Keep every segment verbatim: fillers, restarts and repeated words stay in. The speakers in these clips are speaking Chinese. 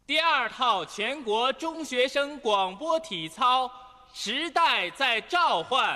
第二套全国中学生广播体操，时代在召唤。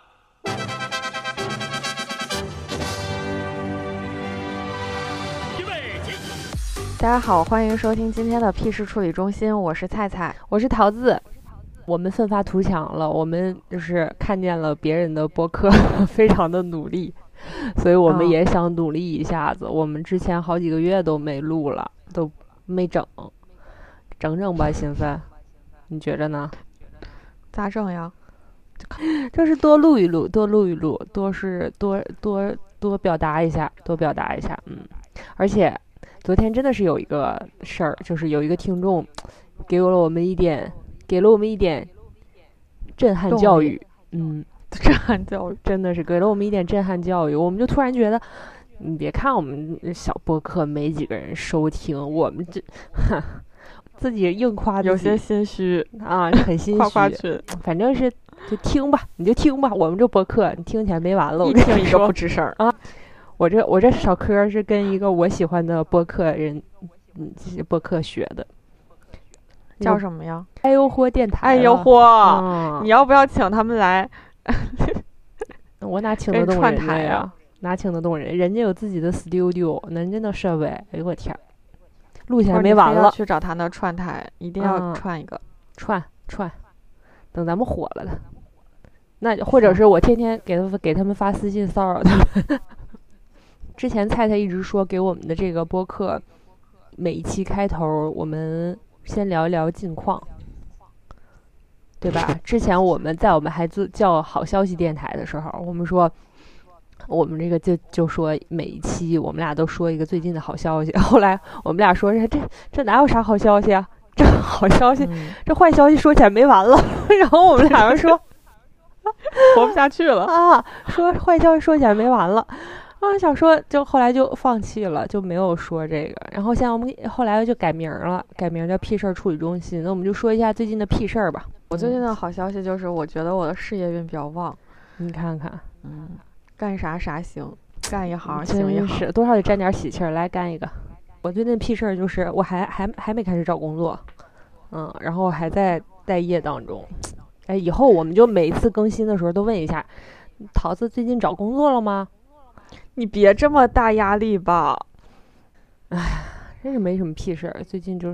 大家好，欢迎收听今天的屁事处理中心，我是菜菜， 我是桃子。我们奋发图强了，我们就是看见了别人的播客非常的努力，所以我们也想努力一下子。嗯、我们之前好几个月都没录了，都没整，整整吧，兴奋，你觉着呢？ 咋整呀？ 就是多录一录，多录一录，多是多多多表达一下，多表达一下，嗯。而且昨天真的是有一个事儿，就是有一个听众给了我们一点。给了我们一点震撼教育，嗯， 震撼教育真的是给了我们一点震撼教育。我们就突然觉得，你别看我们小播客没几个人收听，我们这自己硬夸自己， 有些心虚啊，很心虚。 夸夸群， 反正是就听吧，你就听吧。我们这播客你听起来没完了， 一听一个不吱声啊。我这我这小科是跟一个我喜欢的播客人，嗯，这些播客学的。 叫什么呀？ 哎呦嚯电台！ 哎呦嚯、 嗯！ 你要不要请他们来？ 我哪请得动人家呀？哪请得动人？人家有自己的 studio， 人家那设备，哎呦我天！录起来没完了。 去找他那串台，一定要串一个， 嗯、串串。等咱们火了的，那或者是我天天给他给他们发私信骚扰他们。之前菜菜一直说给我们的这个播客，每一期开头我们。先聊一聊近况，对吧？之前我们在我们还做叫好消息电台的时候，我们说我们这个就就说每一期我们俩都说一个最近的好消息。后来我们俩说这这哪有啥好消息啊？这好消息，嗯、这坏消息说起来没完了。然后我们俩人说活不下去了啊，说坏消息说起来没完了。啊，想说就后来就放弃了，就没有说这个。然后现在我们后来就改名了，改名叫屁事儿处理中心。那我们就说一下最近的屁事儿吧。 我最近的好消息就是，我觉得我的事业运比较旺。 你看看， 嗯，干啥啥行，干一行行一行， 是多少得沾点喜气儿。来干一个。我最近屁事儿就是我还还还没开始找工作，嗯，然后还在待业当中。哎，以后我们就每一次更新的时候都问一下，桃子最近找工作了吗？ 你别这么大压力吧， 哎，真是没什么屁事儿。最近就是，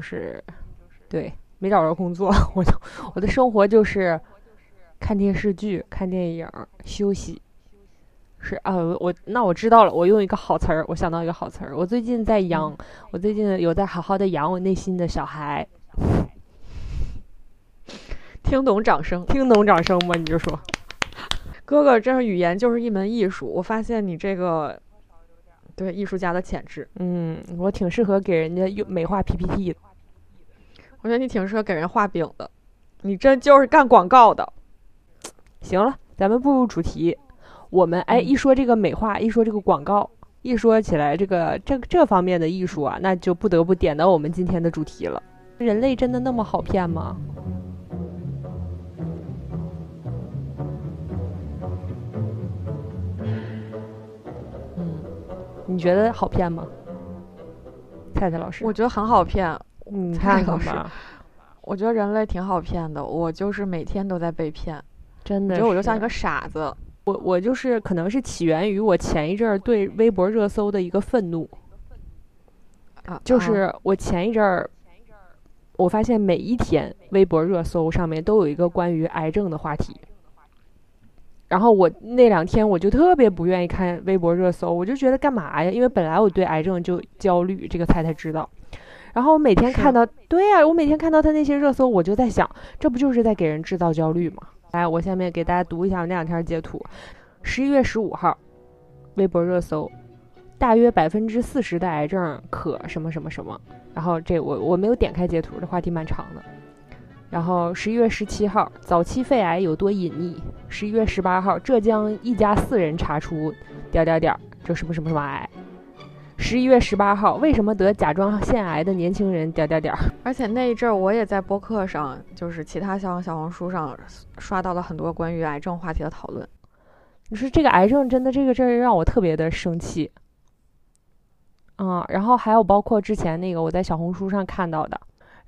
对，没找着工作，我就我的生活就是看电视剧、看电影、休息。是啊，我那我知道了，我用一个好词儿，我想到一个好词儿。我最近在养，我最近有在好好的养我内心的小孩。 听懂掌声， 听懂掌声吗？你就说。 哥哥，这语言就是一门艺术。我发现你这个对艺术家的潜质， 嗯，我挺适合给人家用美化 P P T 的。 我觉得你挺适合给人画饼的，你这就是干广告的。 行了，咱们步入主题。我们哎，一说这个美化，一说这个广告，一说起来这个这这方面的艺术啊，那就不得不点到我们今天的主题了。人类真的那么好骗吗？你觉得好骗吗？菜菜老师， 我觉得很好骗。 你看看吧， 我觉得人类挺好骗的。我就是每天都在被骗， 真的。 我觉得我就像一个傻子。 我我就是可能是起源于我前一阵儿对微博热搜的一个愤怒。 啊， 就是我前一阵儿，我发现每一天微博热搜上面都有一个关于癌症的话题。然后我那两天我就特别不愿意看微博热搜，我就觉得干嘛呀？因为本来我对癌症就焦虑，这个菜才知道。然后我每天看到，对呀、啊，我每天看到他那些热搜，我就在想，这不就是在给人制造焦虑吗？来，我下面给大家读一下我那两天截图。十一月十五号，微博热搜，大约百分之四十的癌症可什么什么什么。然后这我我没有点开截图，这话题蛮长的。然后十一月十七号，早期肺癌有多隐匿？十一月十八号，浙江一家四人查出点点点，这什么什么什么癌？十一月十八号，为什么得甲状腺癌的年轻人点点点？ 而且那一阵儿我也在播客上，就是其他像小红书上刷到了很多关于癌症话题的讨论。 你说这个癌症真的这个事儿让我特别的生气。嗯，然后还有包括之前那个我在小红书上看到的。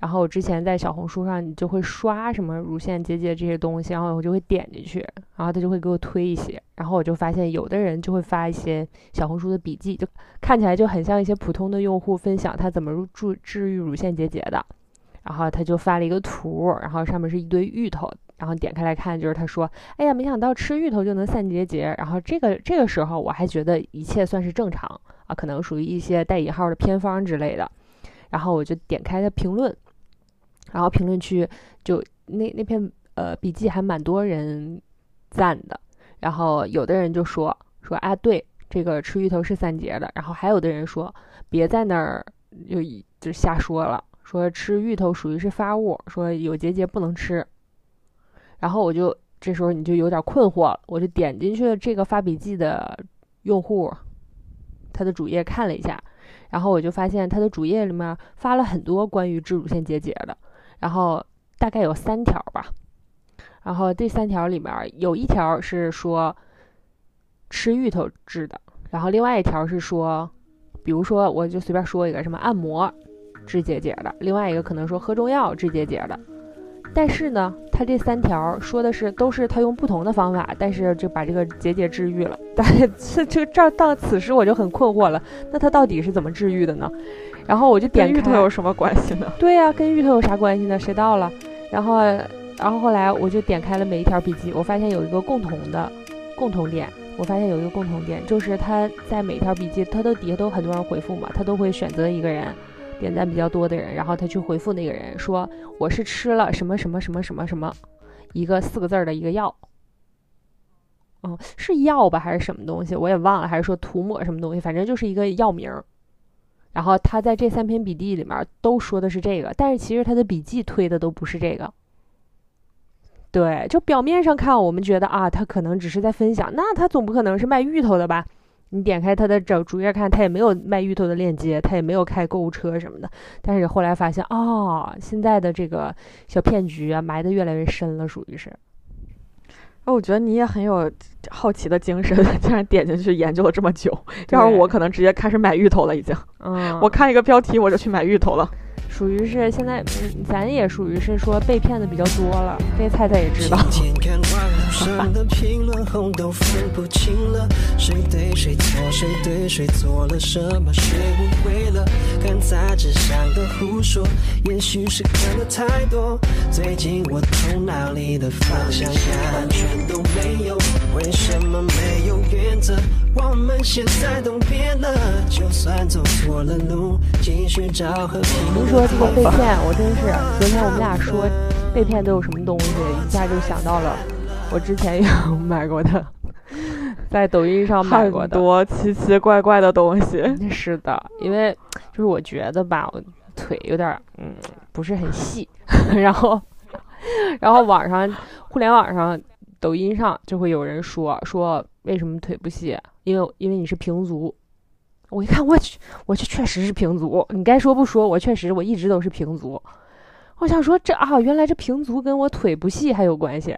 然后我之前在小红书上你就会刷什么乳腺结节这些东西，然后我就会点进去，然后他就会给我推一些，然后我就发现有的人就会发一些小红书的笔记，就看起来就很像一些普通的用户分享他怎么入治治愈乳腺结节的，然后他就发了一个图，然后上面是一堆芋头，然后点开来看，就是他说哎呀没想到吃芋头就能散结节，然后这个这个时候我还觉得一切算是正常啊，可能属于一些带引号的偏方之类的，然后我就点开他评论，然后评论区就那那篇呃笔记还蛮多人赞的，然后有的人就说说啊对，这个吃芋头是散结的，然后还有的人说别在那儿就就瞎说了，说吃芋头属于是发物，说有结节不能吃。然后我就这时候你就有点困惑了，我就点进去了这个发笔记的用户他的主页看了一下，然后我就发现他的主页里面发了很多关于治乳腺结节的，然后大概有三条吧，然后这三条里面有一条是说吃芋头治的，然后另外一条是说比如说我就随便说一个什么按摩治结节的，另外一个可能说喝中药治结节的，但是呢他这三条说的是都是他用不同的方法，但是就把这个结节治愈了，但是这这到此时我就很困惑了，那他到底是怎么治愈的呢？然后我就点开， 跟芋头有什么关系呢？ 对呀、啊，跟芋头有啥关系呢？谁到了？然后然后后来我就点开了每一条笔记，我发现有一个共同的共同点，我发现有一个共同点，就是他在每条笔记他都底下都有很多人回复嘛，他都会选择一个人点赞比较多的人，然后他去回复那个人说我是吃了什么什么什么什么什么一个四个字的一个药，嗯，是药吧还是什么东西我也忘了，还是说涂抹什么东西，反正就是一个药名。然后他在这三篇笔记里面都说的是这个，但是其实他的笔记推的都不是这个。对，就表面上看我们觉得啊他可能只是在分享，那他总不可能是卖芋头的吧，你点开他的主页看，他也没有卖芋头的链接，他也没有开购物车什么的。但是后来发现哦，现在的这个小骗局啊埋得越来越深了，属于是。 我觉得你也很有好奇的精神，竟然点进去研究了这么久。要是我可能直接开始买芋头了已经。嗯，我看一个标题我就去买芋头了。 属于是现在、嗯、咱也属于是说被骗的比较多了，这菜菜也知道。今天看网上的评论后都分不清了，谁对谁错，谁对谁做了什么，谁误会了，看杂志上的胡说，也许是看的太多。最近我头脑里的方向完全都没有，为什么没有原则？我们现在都变了，就算走错了路，继续找和平。您说这个被骗，我真是昨天我们俩说被骗都有什么东西，一下就想到了我之前有买过的，在抖音上买过的很多奇奇怪怪的东西。 是的，因为就是我觉得吧，我腿有点嗯不是很细，然后然后网上互联网上抖音上就会有人说说为什么腿不细，因为因为你是平足。我一看，我去，我去，确实是平足。你该说不说，我确实我一直都是平足。我想说这啊，原来这平足跟我腿不细还有关系。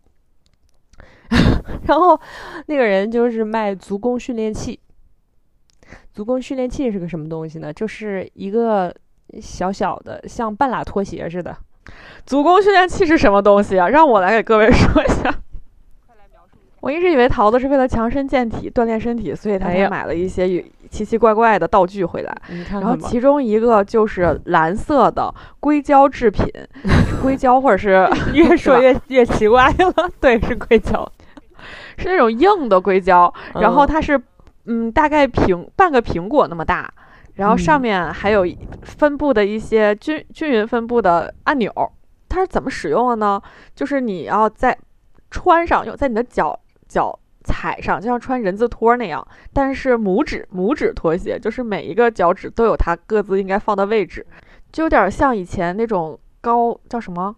然后那个人就是卖足弓训练器。足弓训练器是个什么东西呢？就是一个小小的像半拉拖鞋似的。 足弓训练器是什么东西啊？让我来给各位说一下。我一直以为桃子是为了强身健体、锻炼身体，所以他才买了一些奇奇怪怪的道具回来。 你看看， 然后其中一个就是蓝色的硅胶制品，硅胶或者是越说越越奇怪了。对，是硅胶， 是那种硬的硅胶，然后它是嗯大概苹半个苹果那么大，然后上面还有分布的一些均均匀分布的按钮。它是怎么使用的呢？就是你要在穿上，用在你的脚。脚踩上，就像穿人字拖那样，但是拇指拇指拖鞋，就是每一个脚趾都有它各自应该放的位置，就有点像以前那种高叫什么，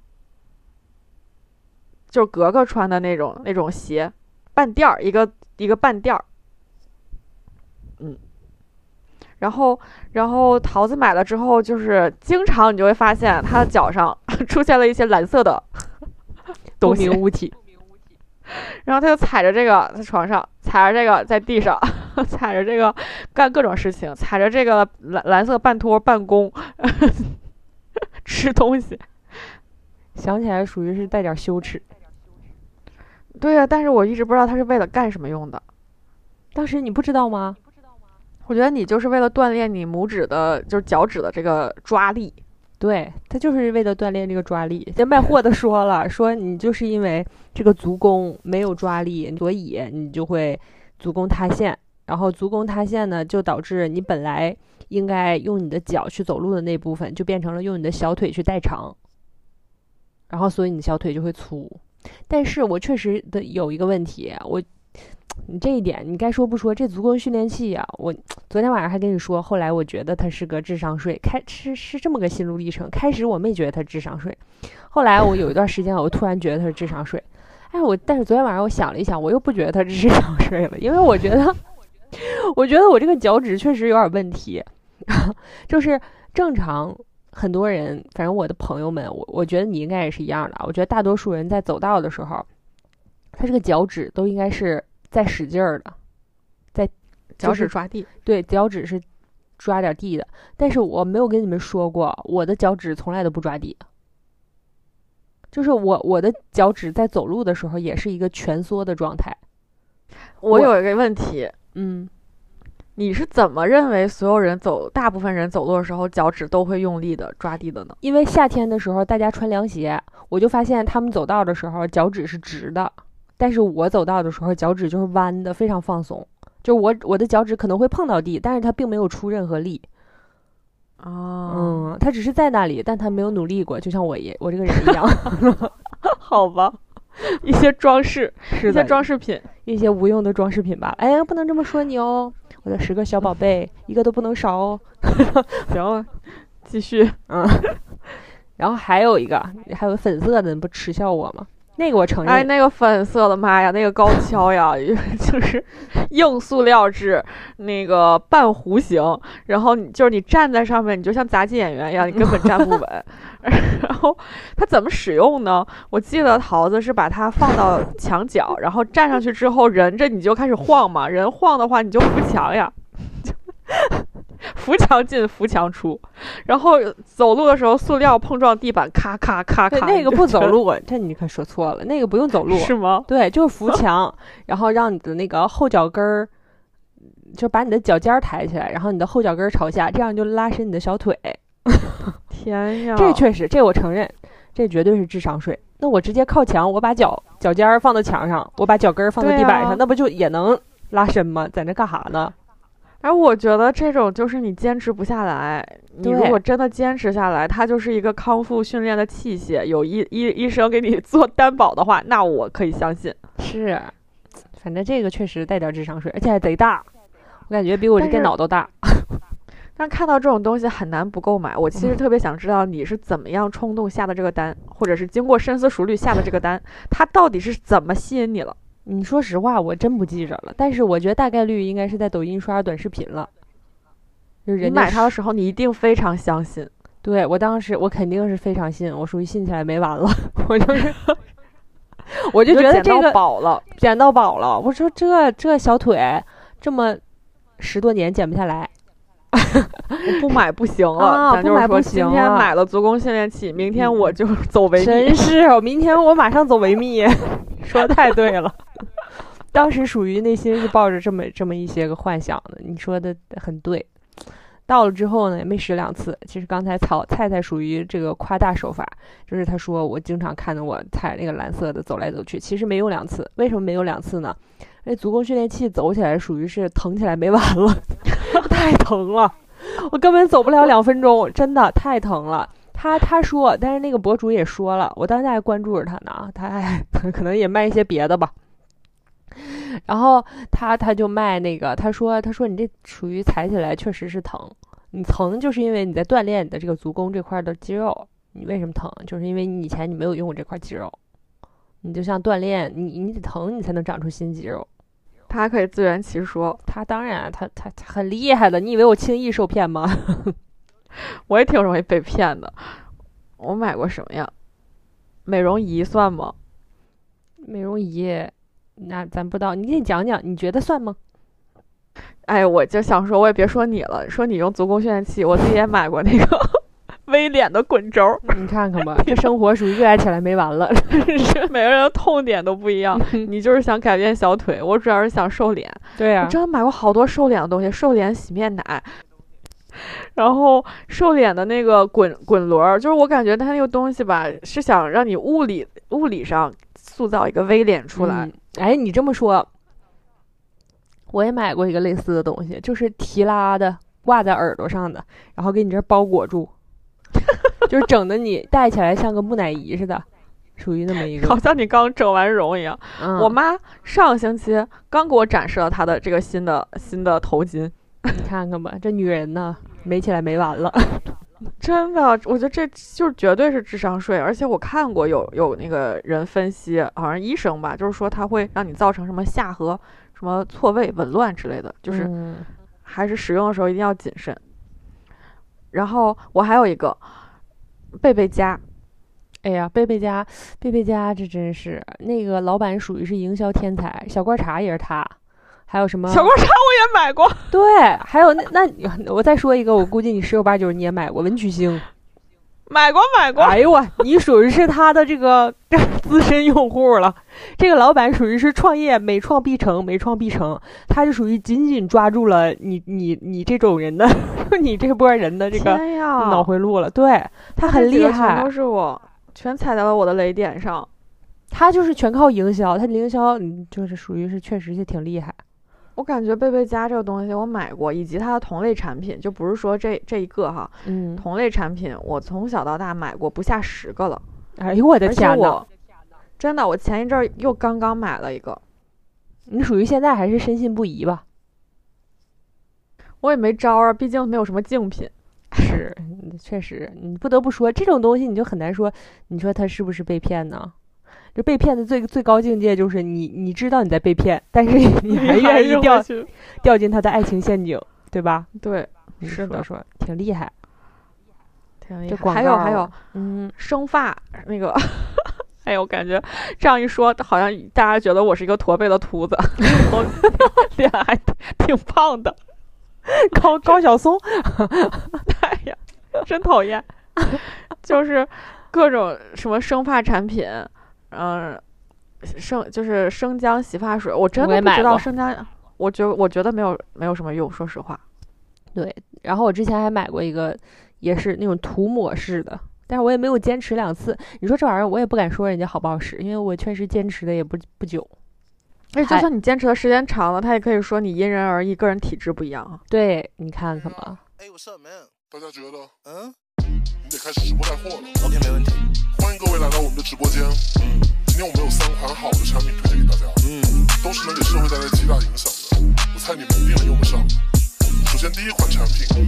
就是格格穿的那种那种鞋，半垫儿，一个一个半垫儿，嗯，然后然后桃子买了之后，就是经常你就会发现他的脚上出现了一些蓝色的东西物体。 然后他就踩着这个在床上，踩着这个在地上，踩着这个干各种事情，踩着这个蓝蓝色半拖半弓， 吃东西。 想起来属于是带点羞耻。 对呀、啊，但是我一直不知道它是为了干什么用的。 当时你不知道吗？ 我觉得你就是为了锻炼你拇指的，就是脚趾的这个抓力。 对，他就是为了锻炼这个抓力。这卖货的说了，说你就是因为这个足弓没有抓力，所以你就会足弓塌陷。然后足弓塌陷呢，就导致你本来应该用你的脚去走路的那部分，就变成了用你的小腿去代偿。然后所以你的小腿就会粗。但是我确实的有一个问题，我你这一点你该说不说，这足弓训练器啊，我昨天晚上还跟你说，后来我觉得它是个智商税，开是是这么个心路历程。开始我没觉得它智商税，后来我有一段时间我突然觉得它是智商税。哎，我但是昨天晚上我想了一想，我又不觉得它是智商税了，因为我觉得我觉得我这个脚趾确实有点问题，就是正常。很多人，反正我的朋友们，我我觉得你应该也是一样的。我觉得大多数人在走道的时候，他这个脚趾都应该是在使劲儿的，在、就是、 脚趾抓地。 对，脚趾是抓点地的。但是我没有跟你们说过，我的脚趾从来都不抓地。就是我我的脚趾在走路的时候也是一个蜷缩的状态。 我有一个问题， 嗯。 你是怎么认为所有人走，大部分人走路的时候脚趾都会用力的抓地的呢？ 因为夏天的时候大家穿凉鞋，我就发现他们走道的时候脚趾是直的，但是我走道的时候脚趾就是弯的，非常放松。就我我的脚趾可能会碰到地，但是它并没有出任何力。 哦， 嗯，它只是在那里，但它没有努力过，就像我也我这个人一样。 好吧，一些装饰， 是一些装饰品， 一些无用的装饰品吧。哎呀，不能这么说你哦。我的十个小宝贝，一个都不能少哦。 行，继续。 嗯，然后还有一个，还有粉色的，你不耻笑我吗？那个我承认。 哎，那个粉色的，妈呀，那个高跷呀，就是硬塑料制，那个半弧形，然后你就是你站在上面，你就像杂技演员一样，你根本站不稳。然后它怎么使用呢？我记得桃子是把它放到墙角，然后站上去之后，人着你就开始晃嘛，人晃的话你就扶墙呀。扶墙进扶墙出，然后走路的时候塑料碰撞地板咔咔咔咔。 那个不走路，这你可说错了，那个不用走路。 是吗？ 对，就是扶墙，然后让你的那个后脚跟儿，就把你的脚尖抬起来，然后你的后脚跟朝下，这样就拉伸你的小腿。 天呀， 这确实，这我承认，这绝对是智商税。那我直接靠墙，我把脚脚尖儿放到墙上，我把脚跟儿放在地板上，啊、那不就也能拉伸吗？在那干啥呢？ 而我觉得这种就是你坚持不下来，你如果真的坚持下来，它就是一个康复训练的器械。有医医医生给你做担保的话，那我可以相信。 是，反正这个确实带点智商税，而且还贼大，我感觉比我这电脑都大。 但看到这种东西很难不购买。我其实特别想知道你是怎么样冲动下的这个单，或者是经过深思熟虑下的这个单，它到底是怎么吸引你了？ 你说实话，我真不记着了，但是我觉得大概率应该是在抖音刷短视频了。就人你买它的时候，你一定非常相信。 对，我当时我肯定是非常信，我属于信起来没完了，我就是，我就觉得这个捡到宝了， 捡到宝了。我说这这小腿这么十多年减不下来。 我不买不行了， 啊、 咱就是说不买不行了。 今天买了足弓训练器，明天我就走维密。 真是，我明天我马上走维密。说太对了，当时属于内心是抱着这么这么一些个幻想的。你说的很对。到了之后呢，也没使两次。其实刚才曹菜菜属于这个夸大手法，就是他说我经常看着我踩那个蓝色的走来走去，其实没用两次。为什么没用两次呢？那足弓训练器走起来属于是疼起来没完了，太疼了，我根本走不了两分钟，真的太疼了。他他说，但是那个博主也说了，我当时还关注着他呢，他还可能也卖一些别的吧。然后他他就卖那个，他说他说你这属于踩起来确实是疼，你疼就是因为你在锻炼你的这个足弓这块的肌肉。你为什么疼？就是因为你以前你没有用过这块肌肉，你就像锻炼，你你得疼你才能长出新肌肉。 他还可以自圆其说， 他当然他他他很厉害的，你以为我轻易受骗吗？ 我也挺容易被骗的。我买过什么呀？美容仪算吗？ 美容仪那咱不知道，你给你讲讲，你觉得算吗？ 哎，我就想说，我也别说你了，说你用足弓训练器，我自己也买过那个 V 脸的滚轴。 你看看吧，这生活属于热爱起来没完了。 每个人的痛点都不一样。你就是想改变小腿，我主要是想瘦脸。 对呀、啊， 我真的买过好多瘦脸的东西，瘦脸洗面奶，然后瘦脸的那个滚滚轮，就是我感觉它那个东西吧，是想让你物理物理上塑造一个 V 脸出来。 嗯、哎，你这么说，我也买过一个类似的东西，就是提拉的，挂在耳朵上的，然后给你这包裹住。就是整的你戴起来像个木乃伊似的，属于那么一个， 好像你刚整完容一样。 嗯、 我妈上个星期刚给我展示了她的这个新的新的头巾， 你看看吧，这女人呢美起来没完了。 真的，我觉得这就是绝对是智商税。而且我看过有有那个人分析，好像医生吧，就是说它会让你造成什么下颌什么错位紊乱之类的，就是还是使用的时候一定要谨慎。然后我还有一个贝贝佳， 哎呀，贝贝佳，贝贝佳，这真是那个老板属于是营销天才，小罐茶也是他，还有什么小罐茶我也买过， 对，还有那那我再说一个，我估计你十有八九你也买过文曲星， 买过买过。 哎呦我，你属于是他的这个资深用户了。这个老板属于是创业每创必成，每创必成，他就属于紧紧抓住了你你你这种人的，你这波人的这个脑回路了。对，他很厉害， 都是我全踩在了我的雷点上。 他就是全靠营销，他营销就是属于是确实是挺厉害。 我感觉贝贝佳这个东西我买过，以及它的同类产品，就不是说这这一个哈， 嗯， 同类产品我从小到大买过不下十个了。 哎呦我的天哪！ 真的，我前一阵儿又刚刚买了一个。 你属于现在还是深信不疑吧？ 我也没招啊，毕竟没有什么竞品。 是，确实，你不得不说这种东西，你就很难说，你说他是不是被骗呢？就被骗的最最高境界就是你你知道你在被骗，但是你还愿意掉掉进他的爱情陷阱，对吧？ 对，是的， 说挺厉害， 挺厉害。还有还有，嗯，生发那个，哎呦，我感觉这样一说，好像大家觉得我是一个驼背的秃子，我脸还挺胖的， 高高晓松， 哎呀，真讨厌，就是各种什么生发产品。嗯，生就是生姜洗发水，我真的不知道生姜，我觉我觉得没有没有什么用，说实话。 对，然后我之前还买过一个，也是那种涂抹式的，但是我也没有坚持两次。你说这玩意儿，我也不敢说人家好不好使，因为我确实坚持的也不不久。 而且就算你坚持的时间长了，他也可以说你因人而异，个人体质不一样啊。 对，你看看吧。 哎，我是门，大家觉得，嗯，你得开始直播带货了。OK， 没问题。欢迎各位来到我们的直播间。嗯，今天我们有三款好的产品推荐给大家。嗯，都是能给社会带来极大影响的。我猜你们一定能用得上。首先第一款产品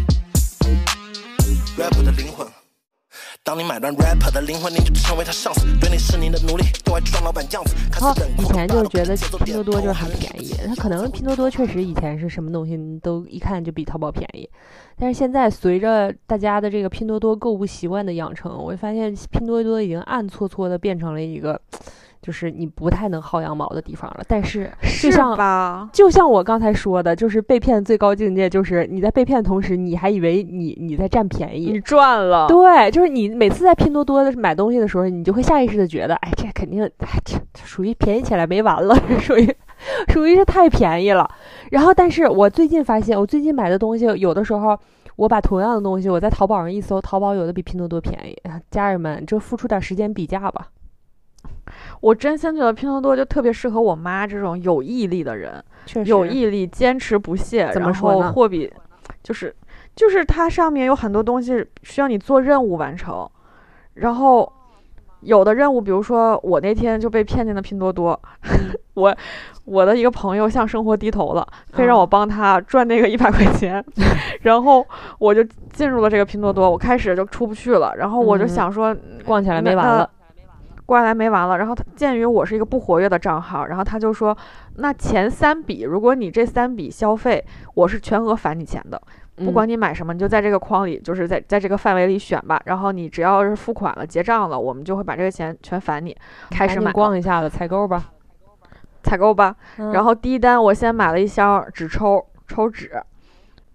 ，rap 的灵魂。当你买断 rapper 的灵魂，你就成为他上司，对你是你的奴隶，对外装老板样子。 哦，以前就觉得拼多多就是很便宜，它可能拼多多确实以前是什么东西你都一看就比淘宝便宜，但是现在随着大家的这个拼多多购物习惯的养成，我发现拼多多已经暗搓搓的变成了一个就是你不太能薅羊毛的地方了。但是就像是吧就像我刚才说的，就是被骗最高境界就是你在被骗的同时，你还以为你你在占便宜， 你赚了。 对，就是你每次在拼多多的买东西的时候，你就会下意识的觉得，哎，这肯定哎这属于便宜起来没完了，属于属于是太便宜了。然后但是我最近发现，我最近买的东西有的时候我把同样的东西我在淘宝上一搜，淘宝有的比拼多多便宜。家人们就付出点时间比价吧。 我真心觉得拼多多就特别适合我妈这种有毅力的人， 确实有毅力、坚持不懈。 怎么说呢？ 然后货比就是就是它上面有很多东西需要你做任务完成，然后有的任务，比如说我那天就被骗进了拼多多，我我的一个朋友向生活低头了，非让我帮他赚那个一百块钱，嗯、然后我就进入了这个拼多多，我开始就出不去了，然后我就想说、嗯、 逛起来没完了。 过来没完了，然后他鉴于我是一个不活跃的账号，然后他就说，那前三笔，如果你这三笔消费，我是全额返你钱的，不管你买什么，你就在这个框里，就是在在这个范围里选吧。然后你只要是付款了、结账了，我们就会把这个钱全返你。开始买， 逛一下子，采购吧， 采购吧。 嗯、 然后第一单，我先买了一箱纸抽抽纸，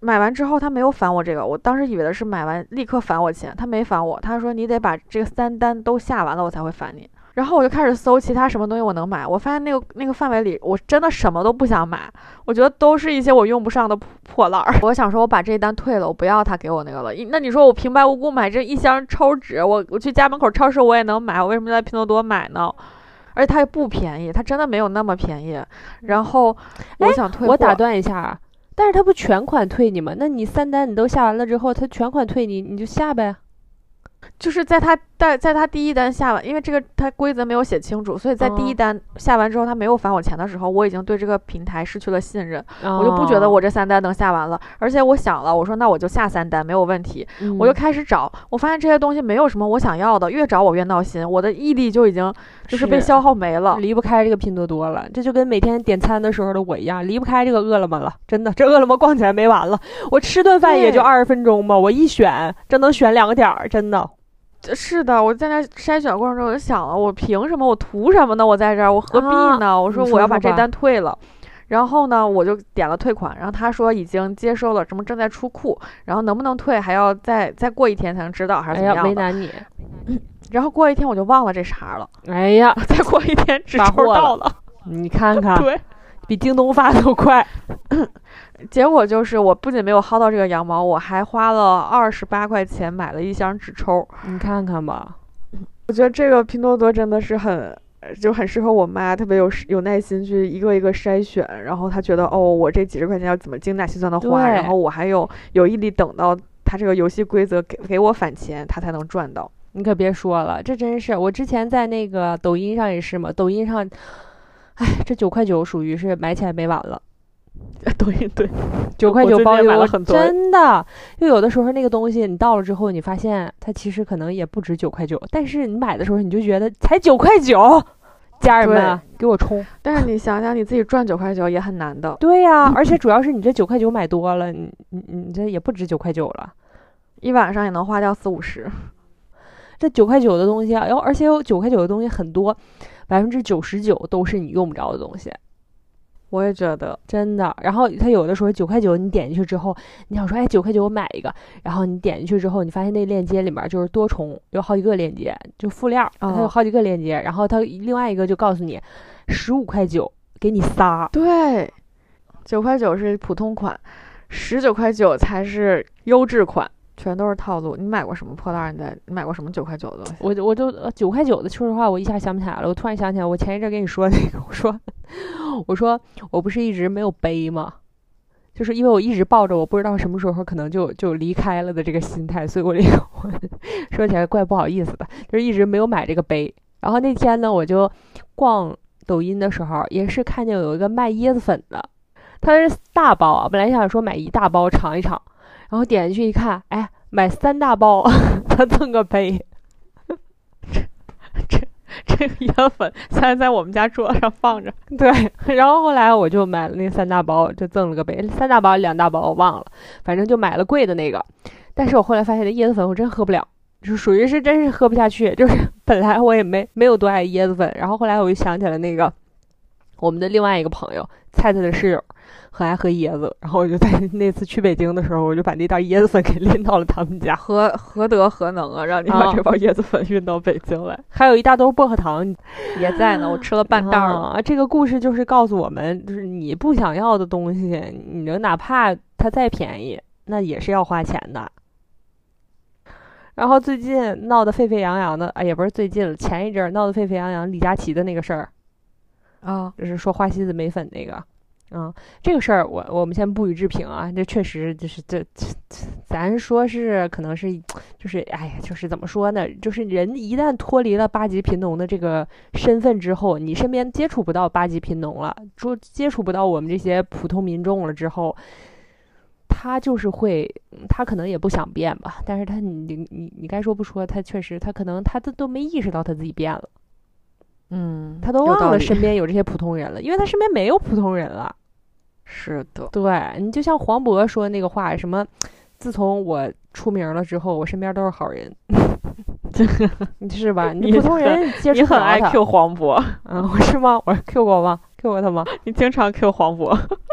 买完之后他没有返我这个，我当时以为的是买完立刻返我钱，他没返我，他说你得把这个三单都下完了我才会返你。然后我就开始搜其他什么东西我能买，我发现那个那个范围里我真的什么都不想买，我觉得都是一些我用不上的破烂儿。我想说我把这一单退了，我不要他给我那个了。那你说我平白无故买这一箱抽纸，我我去家门口超市我也能买，我为什么在拼多多买呢？而且它也不便宜，它真的没有那么便宜。然后我想退货， 我打断一下，但是他不全款退你吗？那你三单你都下完了之后，他全款退你，你就下呗。 就是在他在在他第一单下完，因为这个他规则没有写清楚，所以在第一单下完之后他没有返我钱的时候，我已经对这个平台失去了信任， 哦、 我就不觉得我这三单能下完了。而且我想了，我说那我就下三单没有问题、嗯、我就开始找，我发现这些东西没有什么我想要的，越找我越闹心，我的毅力就已经就是被消耗没了， 离不开这个拼多多了。这就跟每天点餐的时候的我一样，离不开这个饿了么了。真的，这饿了么逛起来没完了，我吃顿饭也就二十分钟嘛，我一选这能选两个点儿，真的。 是的，我在那筛选过程中我就想了，我凭什么，我图什么呢？我在这儿我何必呢、啊、我说我要把这单退了，然后呢我就点了退款，然后他说已经接收了，什么正在出库，然后能不能退还要再再过一天才能知道，还是怎么样的、 哎、呀为难你、 嗯、然后过一天我就忘了这茬了， 哎呀再过一天纸抽到了， 你看看对， 比京东发的都快结果就是我不仅没有薅到这个羊毛，我还花了二十八块钱买了一箱纸抽， 你看看吧。 我觉得这个拼多多真的是很就很适合我妈，特别有有耐心去一个一个筛选，然后她觉得哦我这几十块钱要怎么精打细算的花，然后我还有有毅力等到她这个游戏规则给给我返钱，她才能赚到。 你可别说了，这真是我之前在那个抖音上也是嘛，抖音上哎这九块九属于是买起来没完了。 对对， 九块九包邮， 真的。就有的时候那个东西你到了之后，你发现它其实可能也不值九块九，但是你买的时候你就觉得才九块九，家人们给我冲！ 但是你想想，你自己赚九块九也很难的。 对呀、啊，而且主要是你这九块九买多了，你你你这也不值九块九了， 一晚上也能花掉四五十。 这九块九的东西啊，然后而且有九块九的东西很多，百分之九十九都是你用不着的东西。 我也觉得真的，然后它有的时候九块九，你点进去之后，你想说，哎，九块九我买一个，然后你点进去之后，你发现那链接里面就是多重，有好几个链接，就副料，它有好几个链接，哦、然后它另外一个就告诉你，十五块九给你仨， 对，九块九是普通款，十九块九才是优质款。全都是套路。你买过什么破烂？你在你买过什么九块九的东西？ 我我就九块九的，说实话，我一下想不起来了。我突然想起来，我前一阵跟你说那个，我说我说我不是一直没有背吗？就是因为我一直抱着我不知道什么时候可能就就离开了的这个心态，所以我这个我说起来怪不好意思的，就是一直没有买这个杯。然后那天呢，我就逛抖音的时候，也是看见有一个卖椰子粉的，它是大包啊，本来想说买一大包尝一尝。然后点进去一看，哎，买三大包，他赠个杯。 这这这个椰粉现在在我们家桌上放着。 对，然后后来我就买了那三大包，就赠了个杯，三大包两大包我忘了，反正就买了贵的那个。但是我后来发现那椰子粉我真喝不了，就是属于是真是喝不下去，就是本来我也没没有多爱椰子粉，然后后来我就想起了那个我们的另外一个朋友菜菜的室友。很爱喝椰子，然后我就在那次去北京的时候，我就把那袋椰子粉给拎到了他们家。 何何德何能啊，让你把这包椰子粉运到北京来？ 啊、还有一大兜薄荷糖也在呢，我吃了半袋了、 啊。这个故事就是告诉我们，就是你不想要的东西，你能哪怕它再便宜，那也是要花钱的。然后最近闹得沸沸扬扬的，哎，也不是最近了，前一阵闹得沸沸扬扬李佳琦的那个事儿啊， 就是说花西子眉粉那个。嗯，这个事儿我我们先不予置评啊，这确实就是这这咱说是可能是就是哎呀，就是怎么说呢？就是人一旦脱离了八级贫农的这个身份之后，你身边接触不到八级贫农了，说接触不到我们这些普通民众了之后，他就是会，他可能也不想变吧，但是他你你你该说不说，他确实他可能他都都没意识到他自己变了， 嗯， 他都忘了身边有这些普通人了，因为他身边没有普通人了。 是的， 对，你就像黄渤说的那个话，什么自从我出名了之后，我身边都是好人，是吧？你普通人接触不到他， 你很爱 Q 黄渤， 嗯，是吗？我 Q 过吗 ？Q 过他吗？ 你经常 Q 黄渤。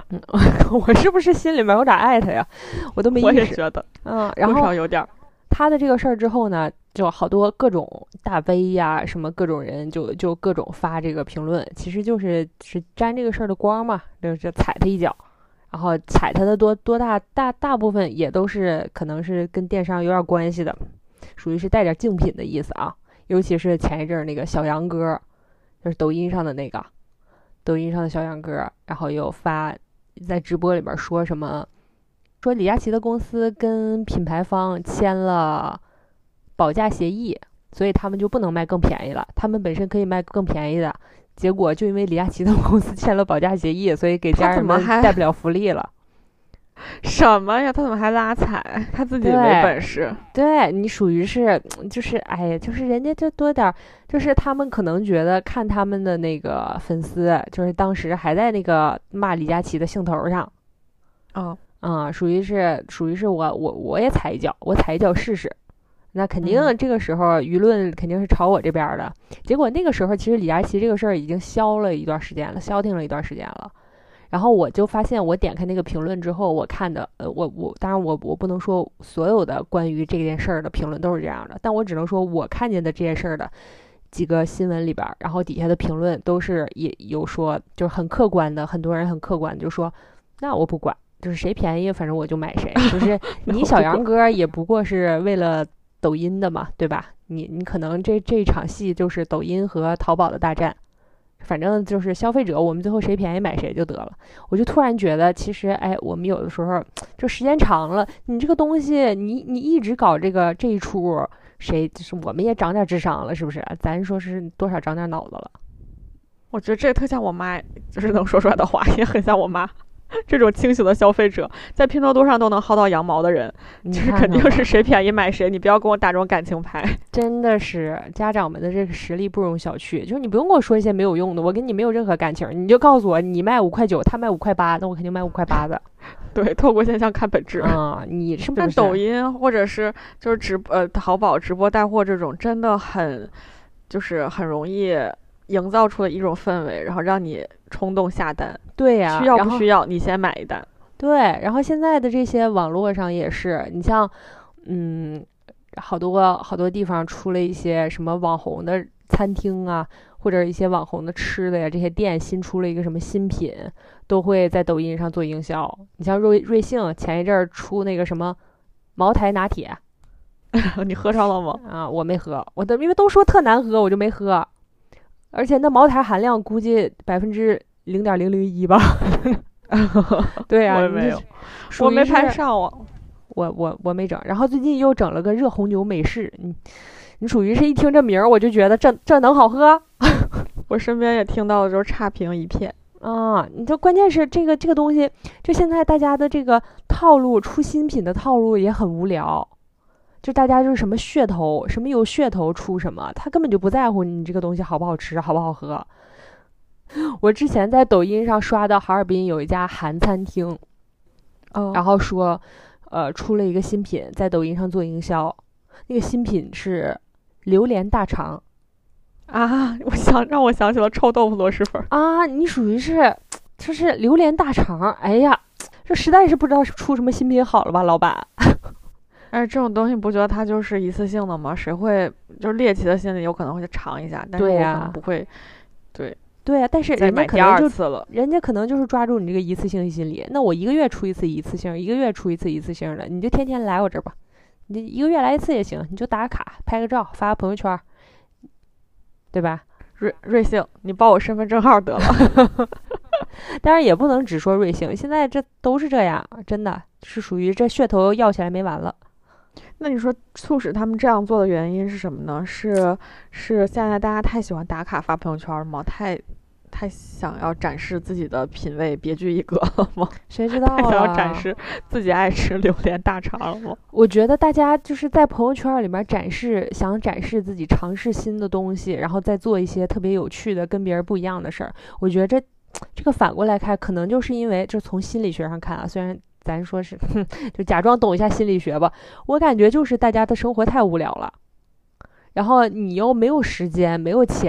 嗯，我是不是心里面有点爱他呀？我都没意识。 我也觉得， 嗯，然后多少有点。 他的这个事儿之后呢，就好多各种大 V 呀，什么各种人就就各种发这个评论，其实就是是沾这个事儿的光嘛，就是踩他一脚。然后踩他的多多大大大部分也都是可能是跟电商有点关系的，属于是带点竞品的意思啊。尤其是前一阵那个小杨哥，就是抖音上的那个抖音上的小杨哥，然后又发在直播里边说什么，说李佳琦的公司跟品牌方签了保价协议，所以他们就不能卖更便宜了，他们本身可以卖更便宜的。结果就因为李佳琦的公司签了保价协议，所以给家人们带不了福利了。 什么呀？他怎么还拉踩？他自己没本事。 对，你属于是就是哎呀，就是人家就多点，就是他们可能觉得看他们的那个粉丝，就是当时还在那个骂李佳琦的兴头上。 哦， 嗯，属于是属于是我我我也踩一脚，我踩一脚试试。那肯定这个时候舆论肯定是朝我这边的，结果那个时候其实李佳琦这个事儿已经消了一段时间了，消停了一段时间了。然后我就发现，我点开那个评论之后，我看的，呃，我我当然我我不能说所有的关于这件事儿的评论都是这样的，但我只能说我看见的这件事儿的几个新闻里边，然后底下的评论都是也有说，就是很客观的，很多人很客观的就说，那我不管，就是谁便宜，反正我就买谁，就是你小杨哥也不过是为了抖音的嘛，对吧？你你可能这这场戏就是抖音和淘宝的大战，反正就是消费者，我们最后谁便宜买谁就得了。我就突然觉得，其实哎，我们有的时候就时间长了，你这个东西，你你一直搞这个这一出，谁就是我们也长点智商了，是不是？咱说是多少长点脑子了。 我觉得这特像我妈，就是能说出来的话，也很像我妈。这种清醒的消费者，在拼多多上都能薅到羊毛的人，就是肯定是谁便宜买谁，你不要跟我打这种感情牌。 真的是家长们的这个实力不容小觑，就是你不用跟我说一些没有用的，我跟你没有任何感情，你就告诉我你卖五块九，他卖五块八，那我肯定卖五块八的。 对，透过现象看本质啊、嗯，你是不是？ 但抖音或者是就是直呃淘宝直播带货这种，真的很就是很容易营造出了一种氛围，然后让你冲动下单。 对呀、啊， 需要不需要你先买一单。 对，然后现在的这些网络上也是，你像嗯好多好多地方出了一些什么网红的餐厅啊，或者一些网红的吃的呀，这些店新出了一个什么新品，都会在抖音上做营销。你像瑞瑞幸前一阵儿出那个什么茅台拿铁你喝上了吗？ 啊，我没喝，我的因为都说特难喝，我就没喝。而且那茅台含量估计百分之零点零零一吧。对啊， 我也没有，我没拍上网， 我我我没整。然后最近又整了个热红牛美式，你你属于是一听这名儿，我就觉得这这能好喝。 我身边也听到的就是差评一片啊！你这关键是这个这个东西，就现在大家的这个套路，出新品的套路也很无聊。就大家就是什么噱头，什么有噱头出什么，他根本就不在乎你这个东西好不好吃，好不好喝。我之前在抖音上刷到哈尔滨有一家韩餐厅， 哦， 然后说，呃，出了一个新品，在抖音上做营销，那个新品是榴莲大肠。 啊！我想让我想起了臭豆腐螺蛳粉啊！你属于是，就是榴莲大肠。哎呀，这实在是不知道是出什么新品好了吧，老板。 哎，这种东西不觉得它就是一次性的吗？谁会就是猎奇的心理有可能会去尝一下，但是我可能不会。对对呀、啊，但是人家可能就人家可能就是抓住你这个一次性心理。那我一个月出一次一次性，一个月出一次一次性的，你就天天来我这儿吧。你一个月来一次也行，你就打个卡，拍个照，发个朋友圈，对吧？ 瑞瑞幸，你报我身份证号得了。 当然也不能只说瑞幸，现在这都是这样，真的是属于这噱头要起来没完了。 那你说促使他们这样做的原因是什么呢？是是现在大家太喜欢打卡发朋友圈了吗？太太想要展示自己的品味别具一格了吗？ 谁知道啊？ 太想要展示自己爱吃榴莲大肠了吗？ 我觉得大家就是在朋友圈里面展示，想展示自己尝试新的东西，然后再做一些特别有趣的跟别人不一样的事儿。我觉得这这个反过来看，可能就是因为就从心理学上看啊，虽然咱说是哼，就假装懂一下心理学吧。我感觉就是大家的生活太无聊了，然后你又没有时间、没有钱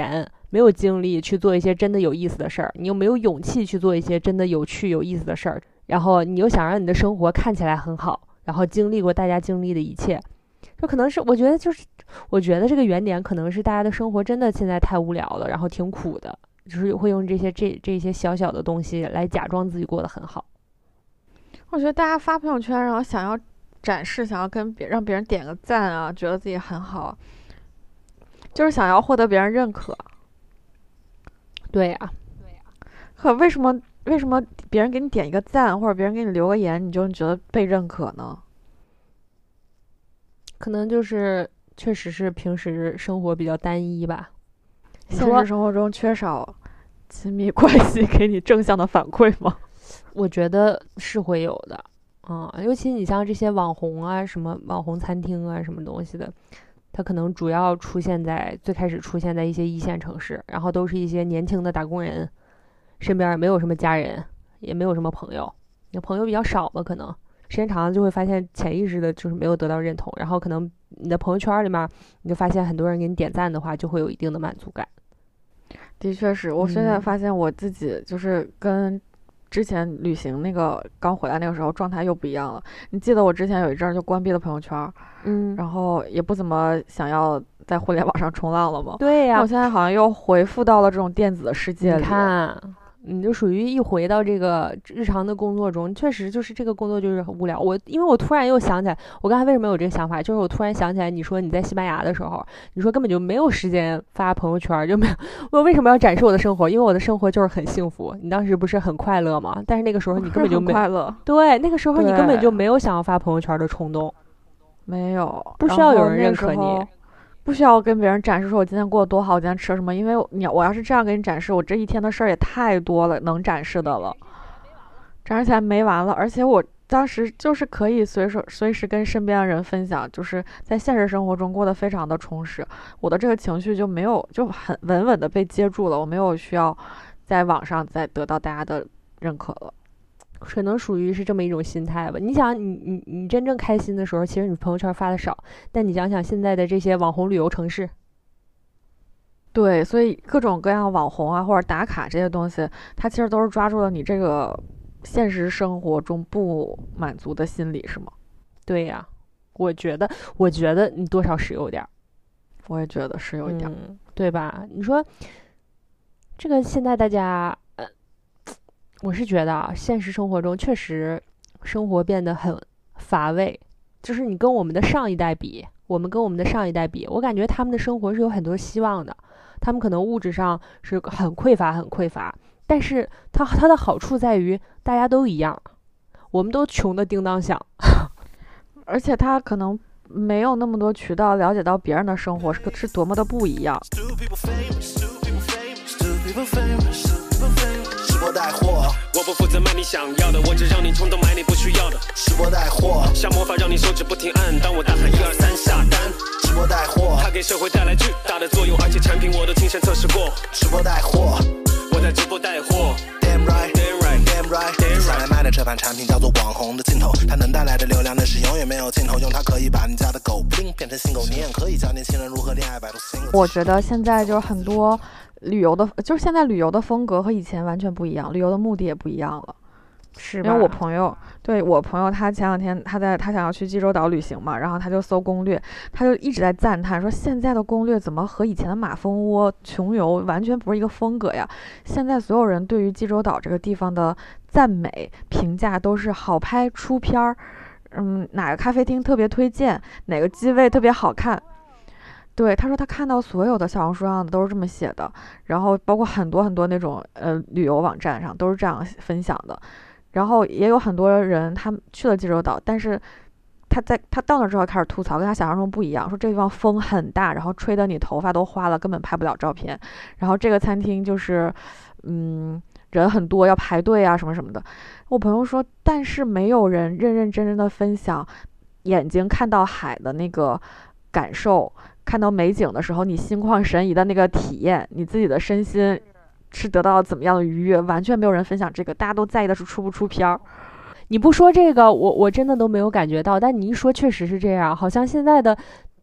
没有精力去做一些真的有意思的事儿，你又没有勇气去做一些真的有趣有意思的事儿，然后你又想让你的生活看起来很好，然后经历过大家经历的一切，这可能是我觉得就是我觉得这个原点可能是大家的生活真的现在太无聊了，然后挺苦的，就是会用这些这这些小小的东西来假装自己过得很好。 我觉得大家发朋友圈，然后想要展示，想要跟别让别人点个赞啊，觉得自己很好，就是想要获得别人认可。 对呀、啊， 对呀。可为什么为什么别人给你点一个赞，或者别人给你留个言，你就觉得被认可呢？ 可能就是确实是平时生活比较单一吧。 现实生活中缺少亲密关系给你正向的反馈吗？ 我觉得是会有的，啊、嗯，尤其你像这些网红啊，什么网红餐厅啊，什么东西的，它可能主要出现在最开始出现在一些一线城市，然后都是一些年轻的打工人，身边也没有什么家人，也没有什么朋友，你朋友比较少了，可能时间长了就会发现潜意识的就是没有得到认同，然后可能你的朋友圈里面你就发现很多人给你点赞的话，就会有一定的满足感。 的确是，我现在发现我自己就是跟之前旅行那个刚回来那个时候状态又不一样了。你记得我之前有一阵就关闭了朋友圈， 嗯， 然后也不怎么想要在互联网上冲浪了吗？ 对呀、啊， 我现在好像又回复到了这种电子的世界里。 你看，你就属于一回到这个日常的工作中，确实就是这个工作就是很无聊。我因为我突然又想起来，我刚才为什么有这个想法，就是我突然想起来，你说你在西班牙的时候，你说根本就没有时间发朋友圈，就没有。我为什么要展示我的生活？因为我的生活就是很幸福。你当时不是很快乐吗？但是那个时候你根本就没快乐。 对，那个时候你根本就没有想要发朋友圈的冲动， 没有， 不需要有人认可你。 不需要跟别人展示说我今天过得多好，我今天吃了什么，因为你我要是这样给你展示，我这一天的事儿也太多了，能展示的了，展示起来没完了。而且我当时就是可以随手随时跟身边的人分享，就是在现实生活中过得非常的充实，我的这个情绪就没有就很稳稳的被接住了，我没有需要在网上再得到大家的认可了。 可能属于是这么一种心态吧。你想你你你真正开心的时候，其实你朋友圈发的少，但你想想现在的这些网红旅游城市， 对，所以各种各样网红啊或者打卡这些东西，它其实都是抓住了你这个现实生活中不满足的心理，是吗？ 对呀、啊，我觉得我觉得你多少是有点， 我也觉得是有一点、 嗯、对吧？你说这个现在大家我是觉得啊，现实生活中确实生活变得很乏味，就是你跟我们的上一代比，我们跟我们的上一代比，我感觉他们的生活是有很多希望的，他们可能物质上是很匮乏很匮乏，但是它它的好处在于大家都一样，我们都穷得叮当响， 而且他可能没有那么多渠道了解到别人的生活是是多么的不一样。 直播带货，我不负责卖你想要的，我只让你冲动买你不需要的。直播带货，下魔法让你手指不停按，当我大喊一二三下单。直播带货，它给社会带来巨大的作用，而且产品我都亲身测试过。直播带货，我在直播带货。Damn right, damn right, damn right, damn right。下来卖的这款产品叫做网红的镜头，它能带来的流量那是永远没有尽头，用它可以把你家的狗不灵变成新狗，你也可以教年轻人如何恋爱摆脱新。 我觉得现在就是很多。旅游的，就是现在旅游的风格和以前完全不一样，旅游的目的也不一样了， 是吧？ 因为我朋友，对我朋友，他前两天他在他想要去济州岛旅行嘛，然后他就搜攻略，他就一直在赞叹说，现在的攻略怎么和以前的马蜂窝、穷游完全不是一个风格呀？现在所有人对于济州岛这个地方的赞美评价都是好拍、出片儿，嗯，哪个咖啡厅特别推荐，哪个机位特别好看。对，他说他看到所有的小红书上的都是这么写的，然后包括很多很多那种呃旅游网站上都是这样分享的，然后也有很多人他去了济州岛，但是他在他到那之后开始吐槽，跟他想象中不一样，说这地方风很大，然后吹得你头发都花了，根本拍不了照片，然后这个餐厅就是嗯人很多要排队啊什么什么的。我朋友说，但是没有人认认真真的分享眼睛看到海的那个感受，看到美景的时候你心旷神怡的那个体验，你自己的身心是得到怎么样的愉悦，完全没有人分享这个，大家都在意的是出不出片儿。 你不说这个我我真的都没有感觉到，但你一说确实是这样，好像现在的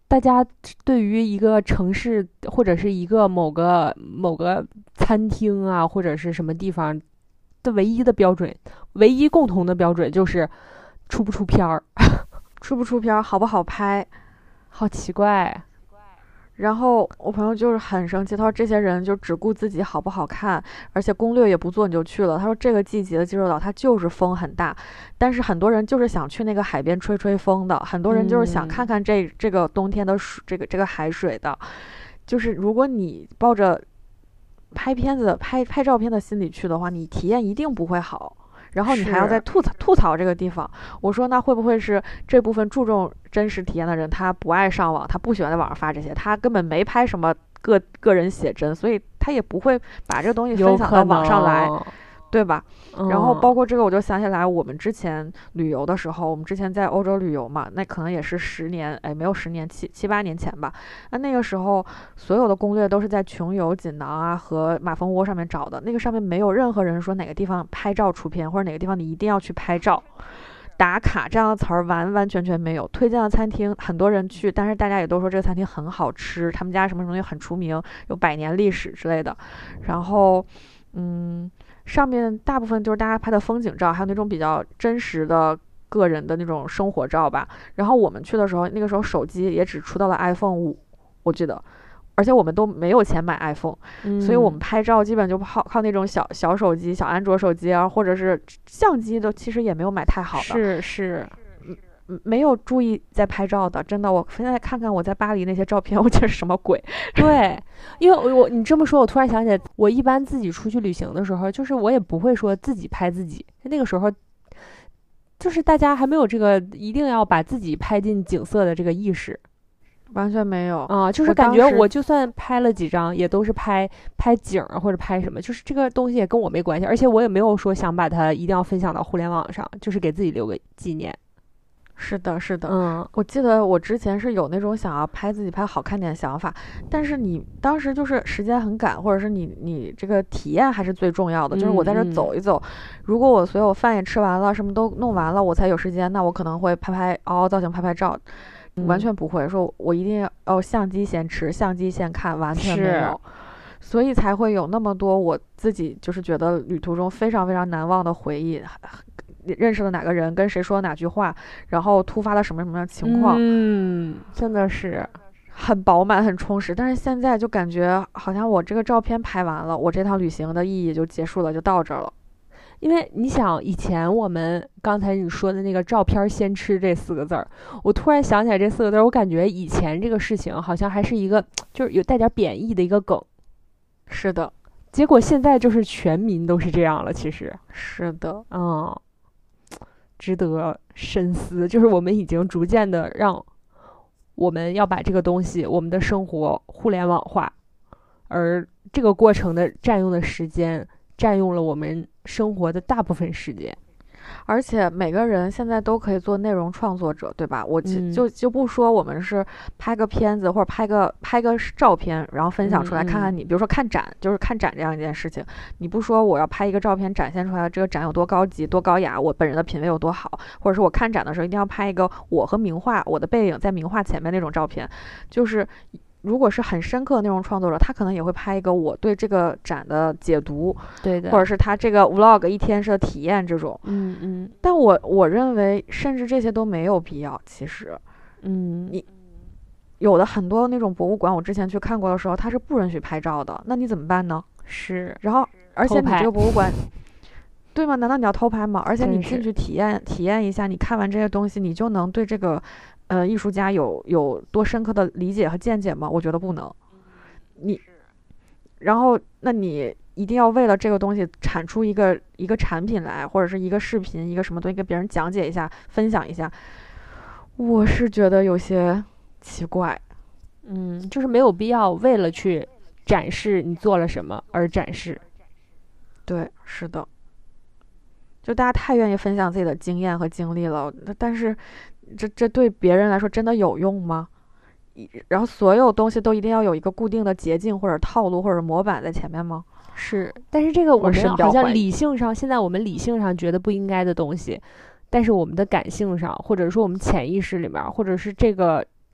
大家对于一个城市或者是一个某个某个餐厅啊，或者是什么地方的唯一的标准，唯一共同的标准就是出不出片儿， 出不出片儿，好不好拍， 好奇怪。 然后我朋友就是很生气，他说这些人就只顾自己好不好看，而且攻略也不做你就去了。他说这个季节的济州岛它就是风很大，但是很多人就是想去那个海边吹吹风的，很多人就是想看看这、嗯、这个冬天的水，这个这个海水的。就是如果你抱着拍片子拍拍照片的心理去的话，你体验一定不会好。然后你还要再吐槽吐槽这个地方，我说那会不会是这部分注重真实体验的人，他不爱上网，他不喜欢在网上发这些，他根本没拍什么个个人写真，所以他也不会把这个东西分享到网上来，对吧？嗯、然后包括这个，我就想起来我们之前旅游的时候，我们之前在欧洲旅游嘛，那可能也是十年，哎，没有十年，七七八年前吧。那那个时候，所有的攻略都是在穷游、锦囊啊和马蜂窝上面找的，那个上面没有任何人说哪个地方拍照出片，或者哪个地方你一定要去拍照打卡这样的词儿，完完全全没有。推荐的餐厅很多人去，但是大家也都说这个餐厅很好吃，他们家什么什么东西很出名，有百年历史之类的。然后，嗯。上面大部分就是大家拍的风景照，还有那种比较真实的个人的那种生活照吧。然后我们去的时候，那个时候手机也只出到了 iPhone 五，我记得，而且我们都没有钱买 iPhone，、嗯、所以我们拍照基本就靠靠那种小小手机、小安卓手机啊，或者是相机都其实也没有买太好的。 是是。 没有注意在拍照的，真的。我现在看看我在巴黎那些照片，我觉得是什么鬼？ 对，因为我你这么说，我突然想起来，我一般自己出去旅行的时候，就是我也不会说自己拍自己。那个时候，就是大家还没有这个一定要把自己拍进景色的这个意识， 完全没有啊。就是感觉我就算拍了几张，也都是拍拍景或者拍什么，就是这个东西也跟我没关系，而且我也没有说想把它一定要分享到互联网上，就是给自己留个纪念。 是的，是的， 嗯， 我记得我之前是有那种想要拍自己拍好看点的想法，但是你当时就是时间很赶，或者是你你这个体验还是最重要的，嗯、就是我在这走一走，如果我所有饭也吃完了，什么都弄完了，我才有时间，那我可能会拍拍凹凹造型，拍拍照，嗯、完全不会说我一定要相机先吃，相机先看，完全没有。所以才会有那么多我自己就是觉得旅途中非常非常难忘的回忆。认识了哪个人，跟谁说哪句话，然后突发了什么什么样的情况， 嗯，真的是很饱满很充实。但是现在就感觉好像我这个照片拍完了，我这趟旅行的意义就结束了，就到这儿了。 因为你想以前我们刚才你说的那个照片先吃这四个字儿，我突然想起来这四个字儿，我感觉以前这个事情好像还是一个就是有带点贬义的一个梗。 是的， 结果现在就是全民都是这样了。其实是的， 嗯，值得深思。就是我们已经逐渐的让我们要把这个东西我们的生活互联网化，而这个过程的占用的时间占用了我们生活的大部分时间。 而且每个人现在都可以做内容创作者，对吧？我就就就不说我们是拍个片子或者拍个拍个照片，然后分享出来看看你，比如说看展，就是看展这样一件事情，你不说我要拍一个照片展现出来这个展有多高级多高雅，我本人的品味有多好，或者是我看展的时候一定要拍一个我和名画我的背影在名画前面那种照片，就是如果是很深刻的内容创作者，他可能也会拍一个我对这个展的解读， 对的， 或者是他这个 vlog 一天式的体验这种， 嗯嗯。 但我我认为，甚至这些都没有必要。其实， 嗯， 你有的很多那种博物馆，我之前去看过的时候，它是不允许拍照的，那你怎么办呢？ 是， 然后而且你这个博物馆，对吗？难道你要偷拍吗？而且你进去体验体验一下，你看完这些东西，你就能对这个。呃，艺术家有有多深刻的理解和见解吗？我觉得不能。你，然后那你一定要为了这个东西产出一个一个产品来，或者是一个视频，一个什么东西给别人讲解一下，分享一下。我是觉得有些奇怪， 嗯，就是没有必要为了去展示你做了什么而展示。 对，是的。就大家太愿意分享自己的经验和经历了，但是这这对别人来说真的有用吗？然后所有东西都一定要有一个固定的捷径或者套路或者模板在前面吗？ 是，但是这个我们好像理性上，现在我们理性上觉得不应该的东西，但是我们的感性上，或者说我们潜意识里面，或者是这个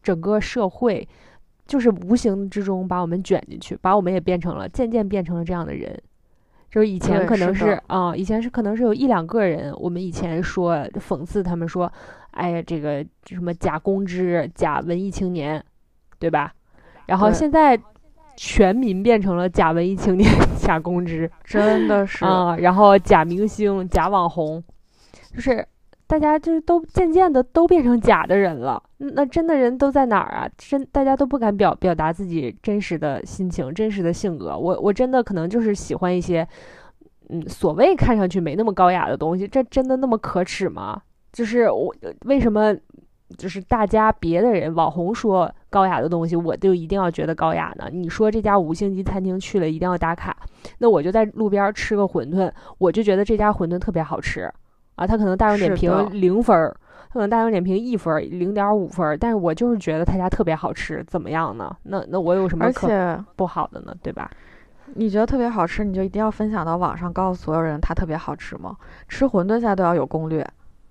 整个社会就是无形之中把我们卷进去，把我们也变成了渐渐变成了这样的人。就是以前可能是啊、呃，以前是可能是有一两个人，我们以前说讽刺他们说，哎呀，这个什么假公知、假文艺青年，对吧？然后现在全民变成了假文艺青年、假公知， 真的是啊、呃，然后假明星、假网红，就是大家就是都渐渐的都变成假的人了。那真的人都在哪儿啊？真大家都不敢表表达自己真实的心情、真实的性格。我我真的可能就是喜欢一些，嗯，所谓看上去没那么高雅的东西。这真的那么可耻吗？就是我为什么就是大家别的人网红说高雅的东西，我就一定要觉得高雅呢？你说这家五星级餐厅去了一定要打卡，那我就在路边吃个馄饨，我就觉得这家馄饨特别好吃啊。他可能大众点评零分儿。可能大众点评一分零点五分，但是我就是觉得他家特别好吃，怎么样呢？那那我有什么可不好的呢？对吧？ 你觉得特别好吃，你就一定要分享到网上，告诉所有人它特别好吃吗？吃馄饨现在都要有攻略，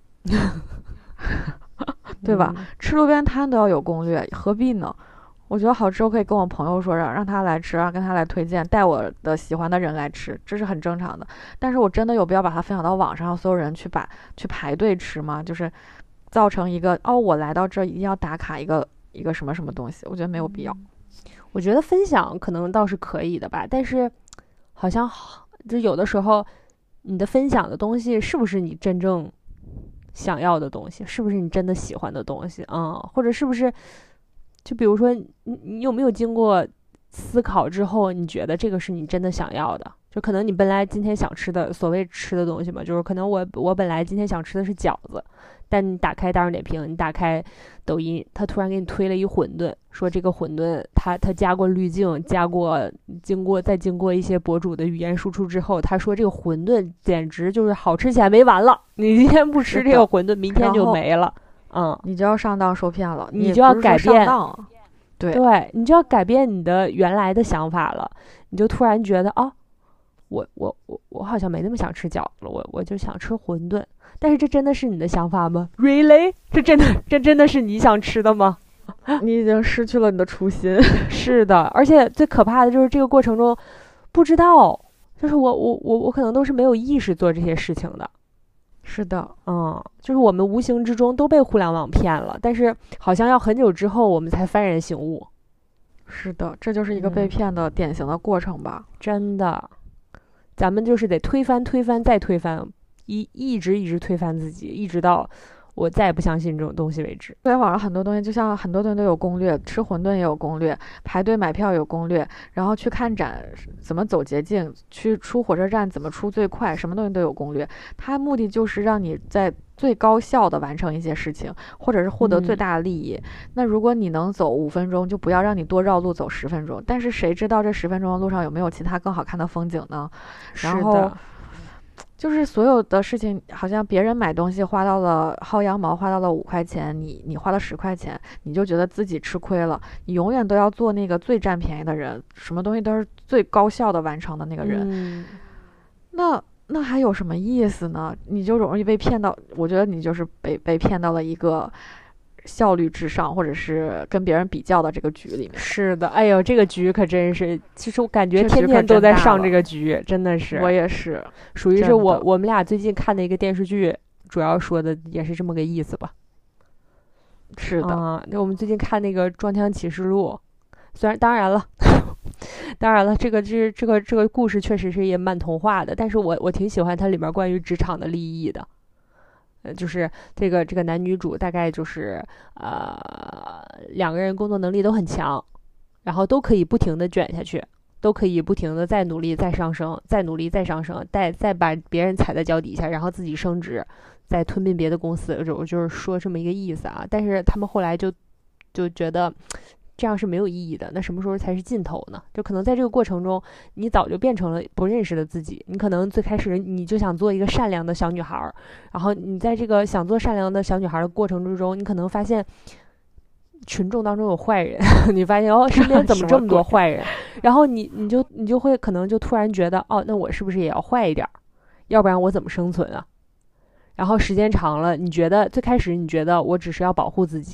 对吧？嗯、吃路边摊都要有攻略，何必呢？我觉得好吃，我可以跟我朋友说，让让他来吃，让跟他来推荐，带我的喜欢的人来吃，这是很正常的。但是我真的有必要把它分享到网上，让所有人去把去排队吃吗？就是。造成一个哦，我来到这一定要打卡一个一个什么什么东西，我觉得没有必要。 我觉得分享可能倒是可以的吧，但是好像就有的时候，你的分享的东西是不是你真正想要的东西，是不是你真的喜欢的东西啊、嗯？或者是不是，就比如说你你有没有经过思考之后，你觉得这个是你真的想要的？就可能你本来今天想吃的所谓吃的东西嘛，就是可能我我本来今天想吃的是饺子。但你打开大众点评，你打开抖音，他突然给你推了一馄饨，说这个馄饨他他加过滤镜，加过经过再经过一些博主的语言输出之后，他说这个馄饨简直就是好吃起来没完了。你今天不吃这个馄饨，明天就没了。嗯， 你就要上当受骗了， 你就要改变， 对对，你就要改变你的原来的想法了。你就突然觉得啊，我我我我好像没那么想吃饺子了，我我就想吃馄饨。但是这真的是你的想法吗 ？Really？ 这真的这真的是你想吃的吗？ 你已经失去了你的初心。 是的，而且最可怕的就是这个过程中，不知道，就是我我我我可能都是没有意识做这些事情的。 是的， 嗯，就是我们无形之中都被互联网骗了，但是好像要很久之后我们才幡然醒悟。 是的，这就是一个被骗的典型的过程吧？ 嗯、真的，咱们就是得推翻、推翻再推翻。一一直一直推翻自己，一直到我再也不相信这种东西为止。 互联网上很多东西，就像很多东西都有攻略，吃馄饨也有攻略，排队买票有攻略，然后去看展怎么走捷径，去出火车站怎么出最快，什么东西都有攻略。它目的就是让你在最高效的完成一些事情，或者是获得最大的利益。嗯、那如果你能走五分钟，就不要让你多绕路走十分钟。但是谁知道这十分钟的路上有没有其他更好看的风景呢？然后。就是所有的事情，好像别人买东西花到了薅羊毛花到了五块钱，你你花了十块钱，你就觉得自己吃亏了。你永远都要做那个最占便宜的人，什么东西都是最高效的完成的那个人。 嗯、 那那还有什么意思呢？你就容易被骗到，我觉得你就是被被骗到了一个效率至上，或者是跟别人比较的这个局里面。 是的，哎呦，这个局可真是，其实我感觉天天都在上这个局，真的是。 我也是， 属于是我我们俩最近看的一个电视剧，主要说的也是这么个意思吧。 是的， 啊、嗯，我们最近看那个《装腔启示录》，虽然当然了，当然了，这个这这个这个故事确实是也蛮童话的，但是我我挺喜欢它里面关于职场的利益的。呃，就是这个这个男女主大概就是呃两个人工作能力都很强，然后都可以不停的卷下去，都可以不停的再努力再上升，再努力再上升，再再把别人踩在脚底下，然后自己升职，再吞并别的公司，我就是说这么一个意思啊。但是他们后来就就觉得这样是没有意义的，那什么时候才是尽头呢？就可能在这个过程中，你早就变成了不认识的自己。你可能最开始你就想做一个善良的小女孩，然后你在这个想做善良的小女孩的过程之中，你可能发现群众当中有坏人，你发现哦，身边怎么这么多坏人？然后你你就你就会可能就突然觉得，哦，那我是不是也要坏一点？要不然我怎么生存啊？然后时间长了，你觉得最开始你觉得我只是要保护自己。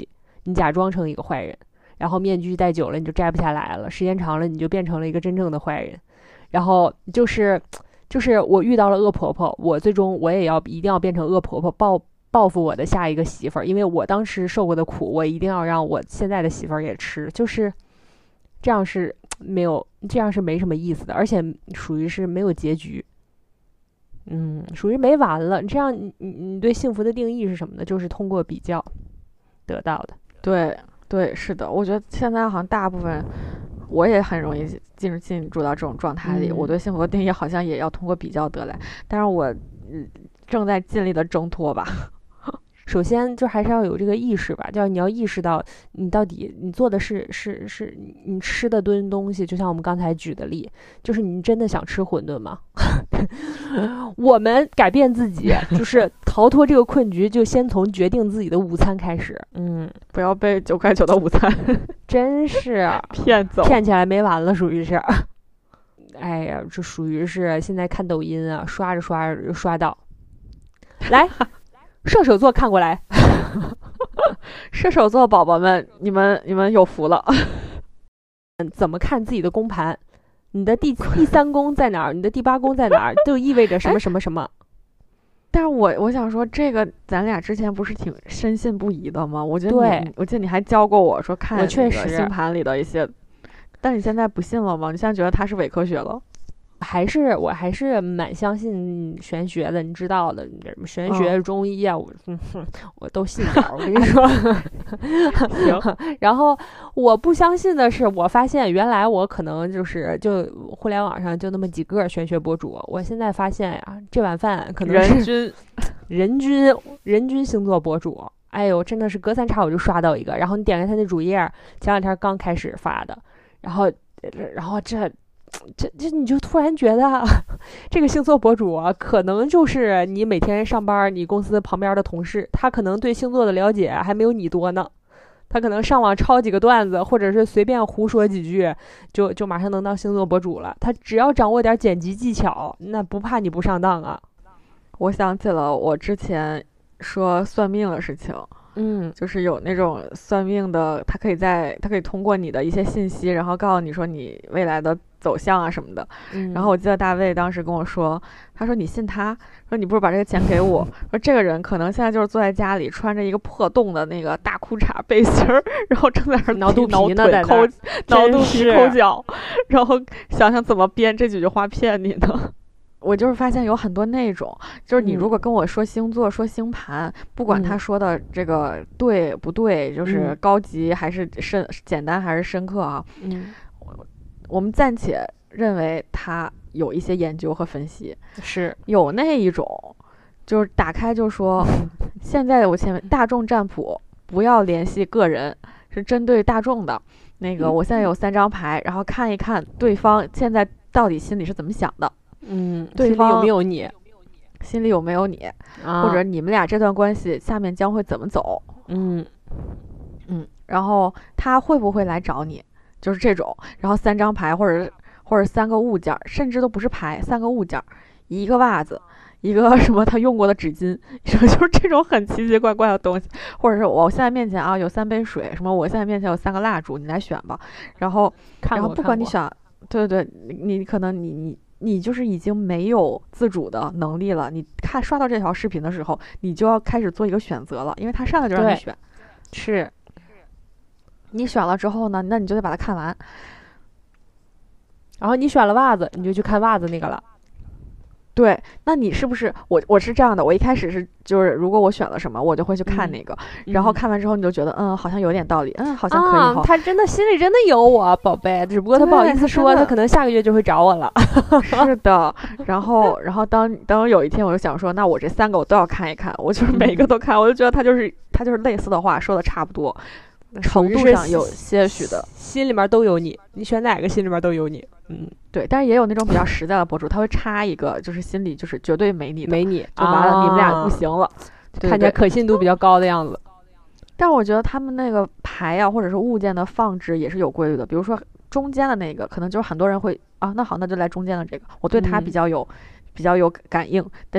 你假装成一个坏人，然后面具戴久了你就摘不下来了，时间长了你就变成了一个真正的坏人。然后就是就是我遇到了恶婆婆，我最终我也要一定要变成恶婆婆，报报复我的下一个媳妇儿，因为我当时受过的苦，我一定要让我现在的媳妇儿也吃，就是这样是没有这样是没什么意思的，而且属于是没有结局，嗯，属于没完了。这样你你对幸福的定义是什么呢？就是通过比较得到的。 对对，是的，我觉得现在好像大部分。我也很容易进入进入到这种状态里、嗯、我对幸福的定义好像也要通过比较得来，但是我、嗯、正在尽力的挣脱吧。 首先就还是要有这个意识吧，就是你要意识到你到底你做的是是是你吃的顿东西，就像我们刚才举的例，就是你真的想吃馄饨吗？我们改变自己，就是逃脱这个困局，就先从决定自己的午餐开始。嗯， 不要被九块九的午餐真是骗走， 骗起来没完了，属于是。哎呀，这属于是现在看抖音啊，刷着刷着就刷到，来。射手座看过来。 射手座宝宝们，你们你们有福了。 怎么看自己的宫盘？你的第第三宫在哪儿？你的第八宫在哪儿？都意味着什么什么什么？ 但是我我想说，这个咱俩之前不是挺深信不疑的吗？我觉得你，我记得你还教过我说看我确实星盘里的一些，但你现在不信了吗？你现在觉得它是伪科学了？ 还是我还是蛮相信玄学的，你知道的，什么玄学、哦、中医啊，我我都信点儿。我跟你说，然后我不相信的是，我发现原来我可能就是就互联网上就那么几个玄学博主，我现在发现呀，这碗饭可能是人均人均人均星座博主。哎呦，真的是隔三差五就刷到一个，然后你点开他那主页，前两天刚开始发的，然后然后这。这这你就突然觉得这个星座博主啊，可能就是你每天上班你公司旁边的同事，他可能对星座的了解还没有你多呢，他可能上网抄几个段子，或者是随便胡说几句，就就马上能当星座博主了。他只要掌握点剪辑技巧，那不怕你不上当啊。 我想起了我之前说算命的事情。嗯，就是有那种算命的，他可以在他可以通过你的一些信息，然后告诉你说你未来的走向啊什么的。嗯、然后我记得大卫当时跟我说，他说你信他，说你不如把这个钱给我，说这个人可能现在就是坐在家里穿着一个破洞的那个大裤衩背心儿，然后正在那挠肚皮呢，在抠挠肚皮抠脚，然后想想怎么编这几句话骗你呢。我就是发现有很多那种，就是你如果跟我说星座、嗯、说星盘，不管他说的这个对不对，嗯、就是高级还是深、简单还是深刻啊，嗯，我们暂且认为他有一些研究和分析， 是有那一种，就是打开就说，现在我前面大众占卜不要联系个人，是针对大众的。那个我现在有三张牌，然后看一看对方现在到底心里是怎么想的。 嗯， 对方有没有你， 心里有没有你，啊、或者你们俩这段关系下面将会怎么走？ 嗯嗯，然后他会不会来找你？就是这种，然后三张牌或者或者三个物件，甚至都不是牌，三个物件，一个袜子，一个什么他用过的纸巾，就是这种很奇奇怪怪的东西，或者是我现在面前啊有三杯水，什么我现在面前有三个蜡烛，你来选吧。然后然后不管你选，对对对，你可能你你。你就是已经没有自主的能力了，你看刷到这条视频的时候，你就要开始做一个选择了，因为他上来就让你选， 是， 你选了之后呢，那你就得把它看完， 然后你选了袜子，你就去看袜子那个了。 对，那你是不是我我是这样的，我一开始是就是如果我选了什么，我就会去看那个，嗯、然后看完之后你就觉得嗯好像有点道理，嗯好像可以、 啊。他真的心里真的有我，宝贝，只不过他不好意思说，他可能下个月就会找我了。 是的，然后然后当当有一天我就想说，那我这三个我都要看一看，我就是每一个都看，我就觉得他就是他就是类似的话说的差不多，程度上有些许的， 心里面都有你，你选哪个心里面都有你。嗯， 对，但是也有那种比较实在的博主，他会插一个，就是心里就是绝对没你的， 没你就完了，啊、你们俩不行了， 对看起来可信度比较高的样子。 但我觉得他们那个牌啊，或者是物件的放置也是有规律的，比如说中间的那个，可能就是很多人会啊，那好，那就来中间的这个，我对它比较有、嗯、比较有感应，但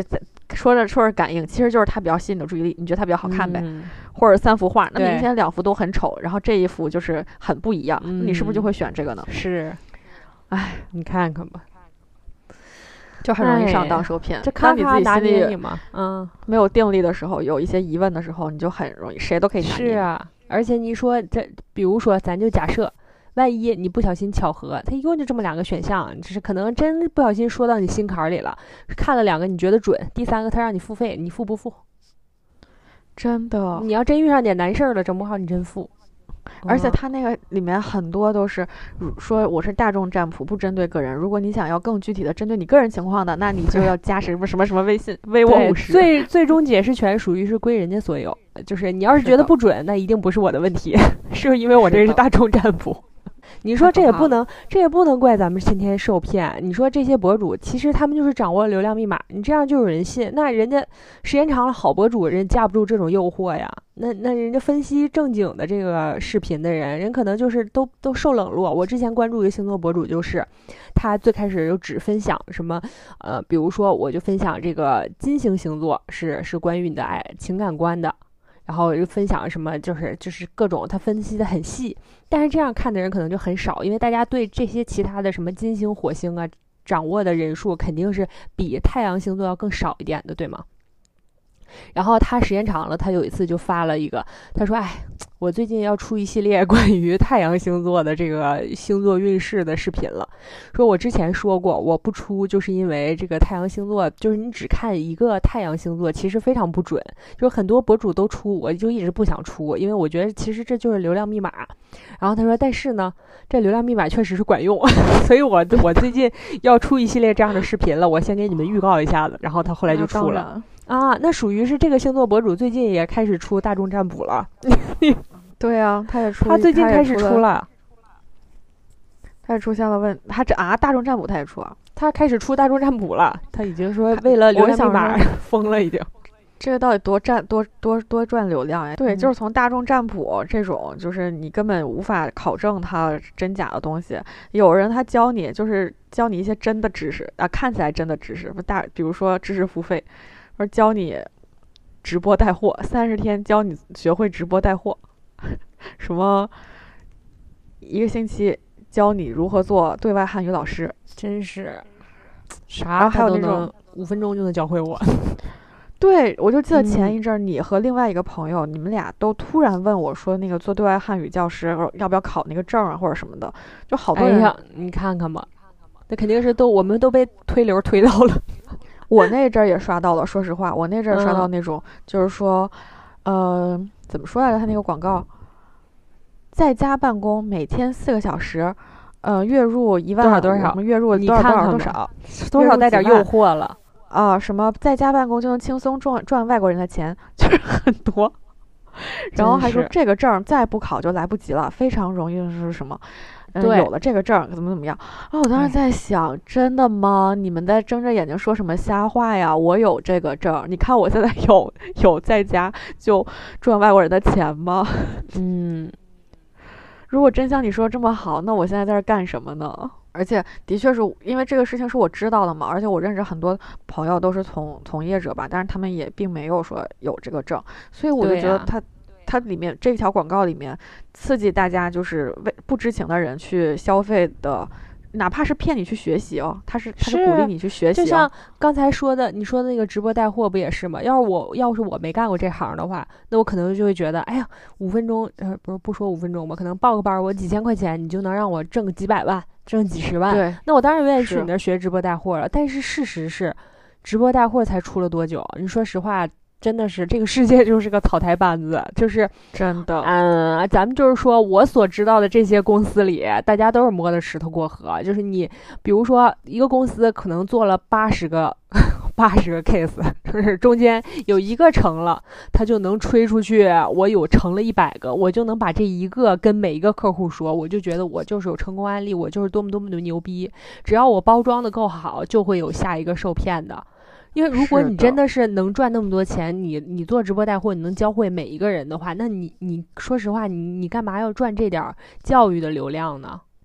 说着说着感应，其实就是它比较吸引你的注意力，你觉得它比较好看呗， 嗯、 或者三幅画，那对明显两幅都很丑，然后这一幅就是很不一样， 嗯、 你是不是就会选这个呢？ 是， 哎， 你看看吧。 就很容易上当受骗。 这咔咔拿捏你嘛，嗯， 没有定力的时候，有一些疑问的时候，你就很容易谁都可以拿捏。 是啊，而且你说这，比如说，咱就假设，万一你不小心巧合，它一共就这么两个选项，就是可能真不小心说到你心坎里了，看了两个你觉得准，第三个他让你付费，你付不付？ 真的， 你要真遇上点难事儿了，整不好你真付。 而且他那个里面很多都是说我是大众占卜，不针对个人。如果你想要更具体的针对你个人情况的，那你就要加什么什么什么微信，微我五十。 最最终解释权属于是归人家所有，就是你要是觉得不准，那一定不是我的问题，是因为我这是大众占卜。你说这也不能，这也不能怪咱们天天受骗。你说这些博主，其实他们就是掌握了流量密码，你这样就有人信。那人家时间长了，好博主人架不住这种诱惑呀。那那人家分析正经的这个视频的人，人可能就是都都受冷落。我之前关注一个星座博主，就是他最开始就只分享什么，呃，比如说我就分享这个金星星座是是关于你的爱情感观的。然后又分享什么，就是就是各种，他分析的很细，但是这样看的人可能就很少，因为大家对这些其他的什么金星、火星啊，掌握的人数肯定是比太阳星座要更少一点的，对吗？然后他时间长了，他有一次就发了一个，他说：“哎，我最近要出一系列关于太阳星座的这个星座运势的视频了。说我之前说过，我不出就是因为这个太阳星座，就是你只看一个太阳星座，其实非常不准。就是很多博主都出，我就一直不想出，因为我觉得其实这就是流量密码。然后他说，但是呢，这流量密码确实是管用，所以我我最近要出一系列这样的视频了，我先给你们预告一下子。然后他后来就出了。”啊，那属于是这个星座博主最近也开始出大众占卜了。 对啊，他也出， 他最近开始出了， 他也出现了问他这啊，大众占卜他也出啊， 他开始出大众占卜了，他已经说为了流量密码疯了，已经。 这个到底多占多多多赚流量呀？对，嗯、就是从大众占卜这种，就是你根本无法考证它真假的东西。有人他教你，就是教你一些真的知识啊，看起来真的知识，不大，比如说知识付费。或者教你直播带货，三十天教你学会直播带货，什么一个星期教你如何做对外汉语老师， 真是啥还有那种五分钟就能教会我。 对，我就记得前一阵儿，你和另外一个朋友，嗯、你们俩都突然问我说，那个做对外汉语教师要不要考那个证啊，或者什么的，就好多人。 哎呀，你看看吧，那肯定是都我们都被推流推到了。 我那阵儿也刷到了，说实话，我那阵儿刷到那种，嗯、就是说，呃，怎么说来着？他那个广告，在家办公，每天四个小时，呃，月入一万多少多少， 月入多少多少多少， 多少带点诱惑了啊、呃！什么在家办公就能轻松赚赚外国人的钱，就是很多。然后还说这个证再不考就来不及了，非常容易是什么？嗯、有了这个证怎么怎么样啊！我当时在想，嗯、真的吗？你们在睁着眼睛说什么瞎话呀？我有这个证，你看我现在有有在家就赚外国人的钱吗？ 嗯， 如果真像你说这么好，那我现在在这干什么呢？而且的确是因为这个事情是我知道的嘛，而且我认识很多朋友都是从从业者吧，但是他们也并没有说有这个证，所以我就觉得他。它里面这条广告里面刺激大家就是为不知情的人去消费的，哪怕是骗你去学习哦，他是他是鼓励你去学习、哦。 就像刚才说的，你说的那个直播带货不也是吗？要是我要是我没干过这行的话，那我可能就会觉得，哎呀，五分钟呃不是不说五分钟吧，可能报个班我几千块钱你就能让我挣个几百万，挣几十万。 对， 那我当然愿意去你那儿学直播带货了。但是事实是，直播带货才出了多久？你说实话。真的是这个世界就是个草台班子，就是真的。 嗯，咱们就是说我所知道的这些公司里，大家都是摸着石头过河。就是你，比如说一个公司可能做了八十个八十个 case， 就是中间有一个成了，他就能吹出去。我有成了一百个，我就能把这一个跟每一个客户说，我就觉得我就是有成功案例，我就是多么多么的牛逼。只要我包装的够好，就会有下一个受骗的。因为如果你真的是能赚那么多钱，你你做直播带货，你能教会每一个人的话，那你你说实话，你你干嘛要赚这点教育的流量呢？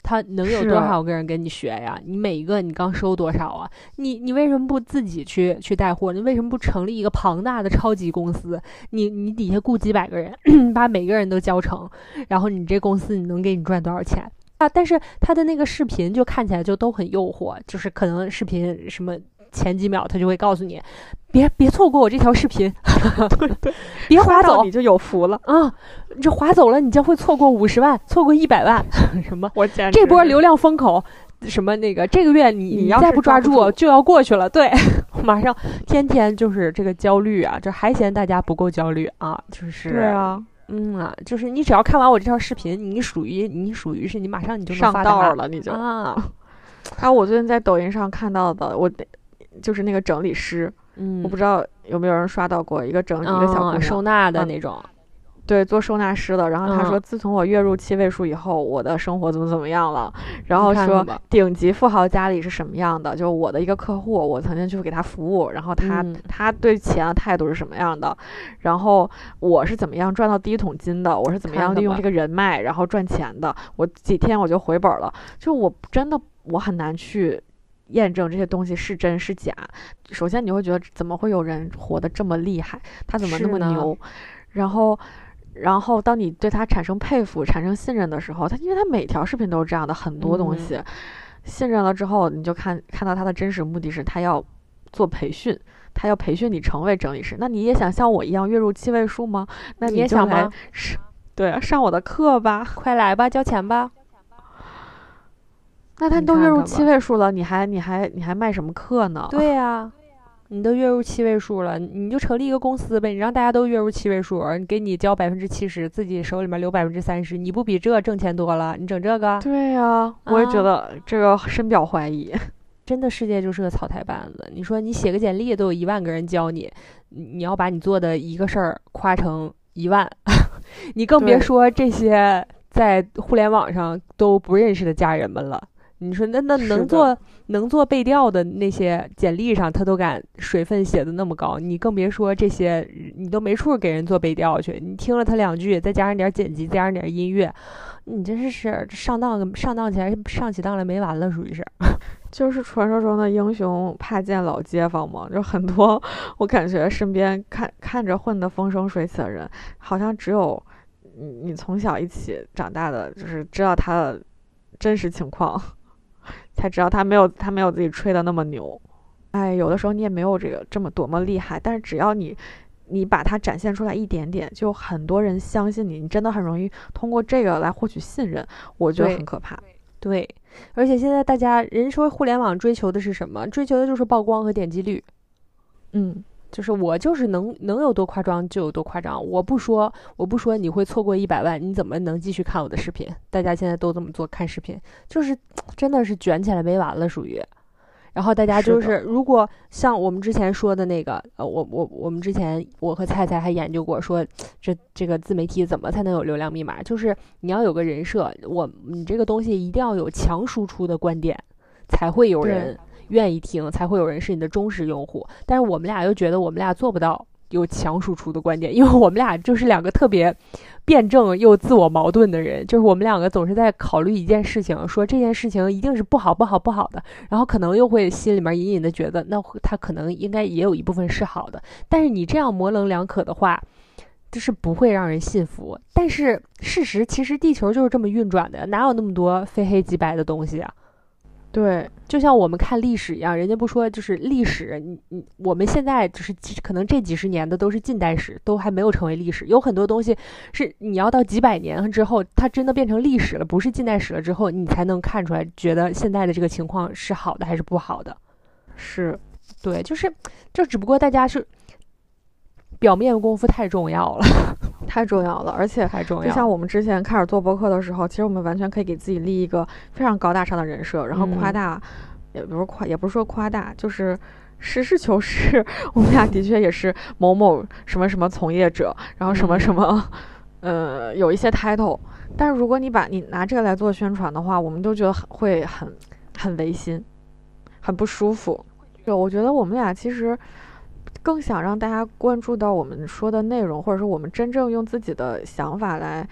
他能有多少个人跟你学呀？你每一个你刚收多少啊？你你为什么不自己去去带货？你为什么不成立一个庞大的超级公司？你你底下雇几百个人，把每个人都教成，然后你这公司你能给你赚多少钱啊？但是他的那个视频就看起来就都很诱惑，就是可能视频什么前几秒他就会告诉你，别别错过我这条视频， 对对， 别划走你就有福了啊！你这划走了，你将会错过五十万，错过一百万，什么？ 我简直这波流量风口，什么那个这个月你你要再不抓住住就要过去了，对，马上天天就是这个焦虑啊，这还嫌大家不够焦虑啊，就是对啊， 嗯啊，就是你只要看完我这条视频，你属于你属于是你马上你就能上发道了，你就啊。 还有我最近在抖音上看到的，我就是那个整理师。 嗯， 我不知道有没有人刷到过一个整理一个小姑娘、 嗯、收纳的那种、嗯， 对，做收纳师的。然后她说， 嗯、 自从我月入七位数以后，我的生活怎么怎么样了。然后说，顶级富豪家里是什么样的？就是我的一个客户，我曾经去给他服务，然后他、嗯、他对钱的态度是什么样的？然后我是怎么样赚到第一桶金的？我是怎么样利用这个人脉然后赚钱的？我几天我就回本了。就我真的我很难去验证这些东西是真是假。首先你会觉得怎么会有人活得这么厉害，他怎么那么牛？然后然后当你对他产生佩服产生信任的时候，他因为他每条视频都是这样的很多东西、嗯、信任了之后，你就看看到他的真实目的是他要做培训，他要培训你成为整理师。那你也想像我一样月入七位数吗？那你也想吗？ 对，上我的课吧， 快来吧，交钱吧。 那他都月入七位数了，你还你还你还卖什么课呢？ 对呀、啊，你都月入七位数了，你就成立一个公司呗，你让大家都月入七位数，你给你交百分之七十，自己手里面留百分之三十，你不比这挣钱多了？你整这个？ 对呀、啊，我也觉得这个深表怀疑。啊、 真的，世界就是个草台班子。你说你写个简历都有一万个人教你，你要把你做的一个事儿夸成一万，你更别说这些在互联网上都不认识的家人们了。你说那那能做能做背调的那些简历上，他都敢水分写的那么高，你更别说这些你都没处给人做背调去。你听了他两句，再加上点剪辑，再加上点音乐，你真是是上当上当起来上起当来没完了，属于是。 就是传说中的英雄怕见老街坊嘛，就很多我感觉身边看看着混得风生水起的人，好像只有你你从小一起长大的，就是知道他的真实情况。才知道他没有他没有自己吹的那么牛，哎，有的时候你也没有这个这么多么厉害，但是只要你你把它展现出来一点点，就很多人相信你，你真的很容易通过这个来获取信任，我觉得很可怕。 对，对，而且现在大家人说互联网追求的是什么？追求的就是曝光和点击率。嗯。就是我就是能能有多夸张就有多夸张，我不说我不说你会错过一百万，你怎么能继续看我的视频？大家现在都这么做看视频，就是真的是卷起来没完了，属于。然后大家就是如果像我们之前说的那个，呃，我我我们之前我和菜菜还研究过，说这这个自媒体怎么才能有流量密码？就是你要有个人设，我你这个东西一定要有强输出的观点，才会有人愿意听，才会有人是你的忠实用户。但是我们俩又觉得我们俩做不到有强输出的观点，因为我们俩就是两个特别辩证又自我矛盾的人，就是我们两个总是在考虑一件事情，说这件事情一定是不好不好不好的，然后可能又会心里面隐隐的觉得那他可能应该也有一部分是好的，但是你这样模棱两可的话就是不会让人信服。但是事实其实地球就是这么运转的，哪有那么多非黑即白的东西啊？对，就像我们看历史一样，人家不说就是历史，你你我们现在就是可能这几十年的都是近代史，都还没有成为历史。有很多东西是你要到几百年之后，它真的变成历史了，不是近代史了之后，你才能看出来，觉得现在的这个情况是好的还是不好的。是，对，就是就只不过大家是表面功夫太重要了。 太重要了，而且太重要。 就像我们之前开始做播客的时候，其实我们完全可以给自己立一个非常高大上的人设，然后夸大，嗯、也不是夸，也不是说夸大，就是实事求是。我们俩的确也是某某什么什么从业者，然后什么什么，嗯、呃，有一些 title。但是如果你把你拿这个来做宣传的话，我们都觉得很会很很违心，很不舒服。就我觉得我们俩其实更想让大家关注到我们说的内容，或者说我们真正用自己的想法来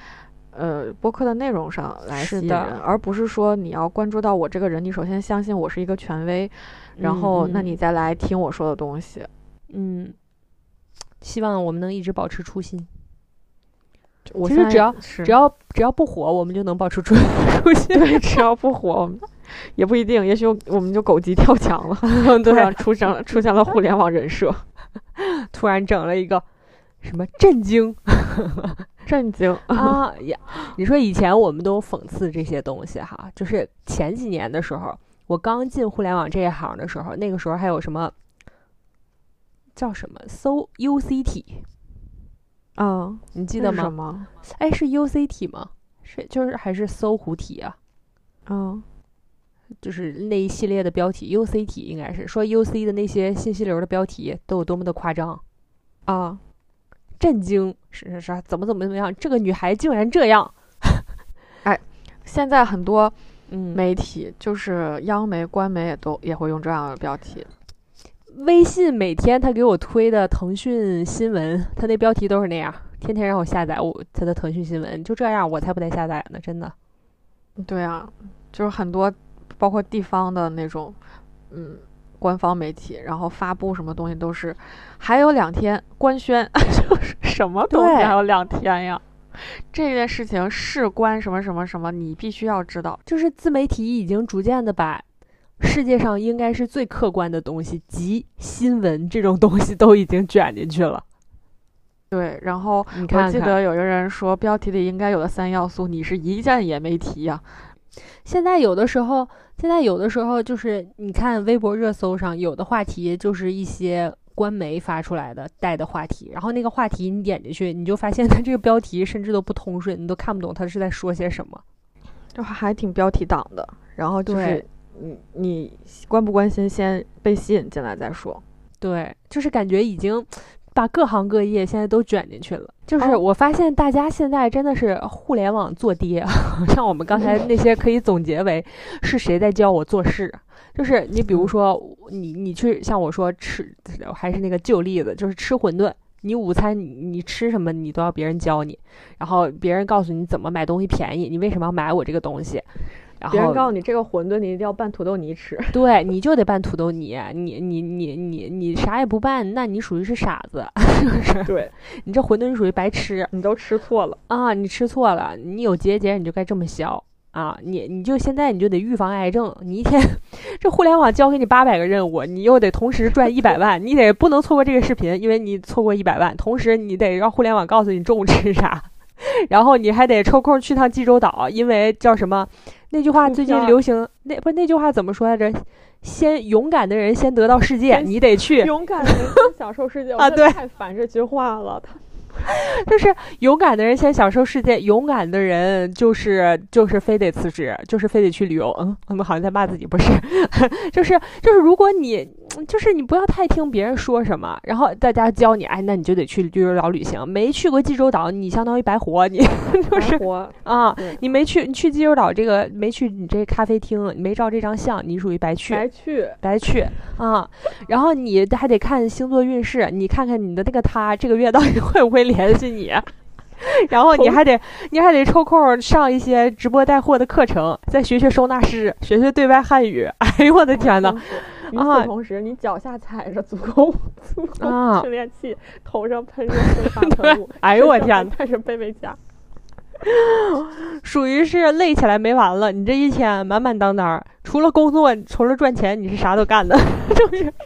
呃播客的内容上来吸引人，而不是说你要关注到我这个人，你首先相信我是一个权威，然后那你再来听我说的东西。 嗯，希望我们能一直保持初心。 我其实只要只要只要不火，我们就能保持初初心。 对，只要不火，也不一定，也许我们就狗急跳墙了，突然出现出现了互联网人设， 突然整了一个什么震惊， 震惊啊呀！你说以前我们都讽刺这些东西哈，就是前几年的时候，我刚进互联网这一行的时候，那个时候还有什么叫什么搜 U C 体。 嗯， 你记得吗？ 什么？ 哎，是 U C 体吗？是，就是还是搜狐体啊？ 嗯， 就是那一系列的标题 ，U C 体应该是说 U C 的那些信息流的标题都有多么的夸张啊！ 震惊，是是是，怎么怎么怎么样？这个女孩竟然这样！ 哎，现在很多嗯媒体，就是央媒、官媒也都也会用这样的标题。 微信每天他给我推的腾讯新闻，他那标题都是那样，天天让我下载我他的腾讯新闻，就这样我才不带下载呢，真的。 对啊，就是很多包括地方的那种嗯官方媒体，然后发布什么东西都是还有两天官宣，就是什么东西还有两天呀？这件事情事关什么什么什么，你必须要知道。 就是自媒体已经逐渐的把世界上应该是最客观的东西，即新闻这种东西都已经卷进去了。 对，然后你看看我记得有个人说，标题里应该有的三要素，你是一件也没提呀、啊。 现在有的时候，现在有的时候就是你看微博热搜上有的话题就是一些官媒发出来的带的话题，然后那个话题你点进去，你就发现它这个标题甚至都不通顺，你都看不懂它是在说些什么， 就还挺标题党的。然后就是你你关不关心，先被吸引进来再说。 对，就是感觉已经把各行各业现在都卷进去了。就是我发现大家现在真的是互联网做爹，像我们刚才那些可以总结为是谁在教我做事。就是你比如说你你去像我说吃，还是那个旧例子，就是吃馄饨，你午餐你你吃什么你都要别人教你，然后别人告诉你怎么买东西便宜，你为什么要买我这个东西，然后别人告诉你这个馄饨你一定要拌土豆泥吃， 对，你就得拌土豆泥，你你你你你啥也不拌，那你属于是傻子，是不是？ 对， 你这馄饨属于白吃， 你都吃错了啊！你吃错了，你有结节你就该这么削啊！你你就现在你就得预防癌症，你一天这互联网交给你八百个任务，你又得同时赚一百万，你得不能错过这个视频，因为你错过一百万，同时你得让互联网告诉你中午吃啥。然后你还得抽空去趟济州岛，因为叫什么？那句话最近流行，那不是那句话怎么说来着？先勇敢的人先得到世界，你得去。 勇敢的人先享受世界啊！对， 太烦这句话了。他就是勇敢的人先享受世界，勇敢的人就是就是非得辞职，就是非得去旅游。嗯，我们好像在骂自己，不是？就是就是，如果你就是你不要太听别人说什么，然后大家教你，哎，那你就得去济州岛旅行。没去过济州岛，你相当于白活，你就是啊，你没去，你去济州岛这个没去你这咖啡厅，你没照这张相，你属于白去， 白去， 白去啊。然后你还得看星座运势，你看看你的那个他这个月到底会不会联系你。然后你还得你还得抽空上一些直播带货的课程，再学学收纳师，学学对外汉语。哎呦我的天哪！ 与此同时，你脚下踩着足够足够训练器，头上喷着挥发喷雾。 哎呦我天！ 带着背背夹， 属于是累起来没完了。你这一天满满当当，除了工作，除了赚钱，你是啥都干的，是不是？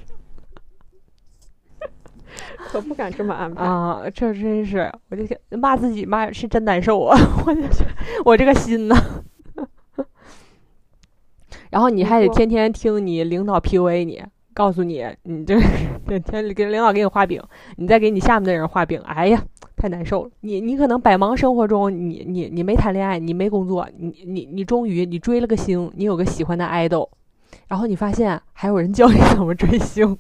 可不敢这么安排啊！这真是，我就骂自己骂是真难受啊！我就我这个心呢。然后你还得天天听你领导 P U A 你，告诉你你这天天给领导给你画饼，你再给你下面的人画饼，哎呀，太难受了。你你可能百忙生活中，你你你没谈恋爱，你没工作，你你你终于你追了个星，你有个喜欢的 idol， 然后你发现还有人教你怎么追星。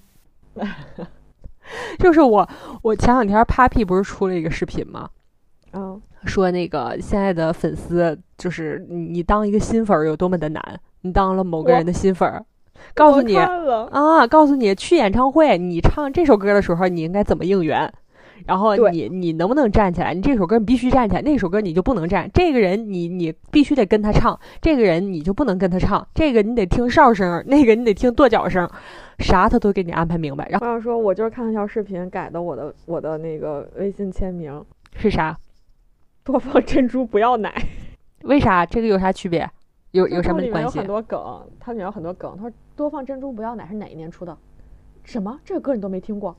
就是我，我前两天 Papi 不是出了一个视频吗？ 嗯， 说那个现在的粉丝，就是你当一个新粉有多么的难，你当了某个人的新粉，告诉你啊，告诉你去演唱会，你唱这首歌的时候，你应该怎么应援， 然后你你能不能站起来？你这首歌你必须站起来，那首歌你就不能站。这个人你你必须得跟他唱，这个人你就不能跟他唱。这个你得听哨声，那个你得听跺脚声，啥他都给你安排明白。然后我想说，我就是看那条视频改的我的我的那个微信签名是啥？ 多放珍珠不要奶。 为啥？这个有啥区别？有有什么关系？ 里面有很多梗，它里面有很多梗。他说多放珍珠不要奶是哪一年出的？什么？这个歌你都没听过？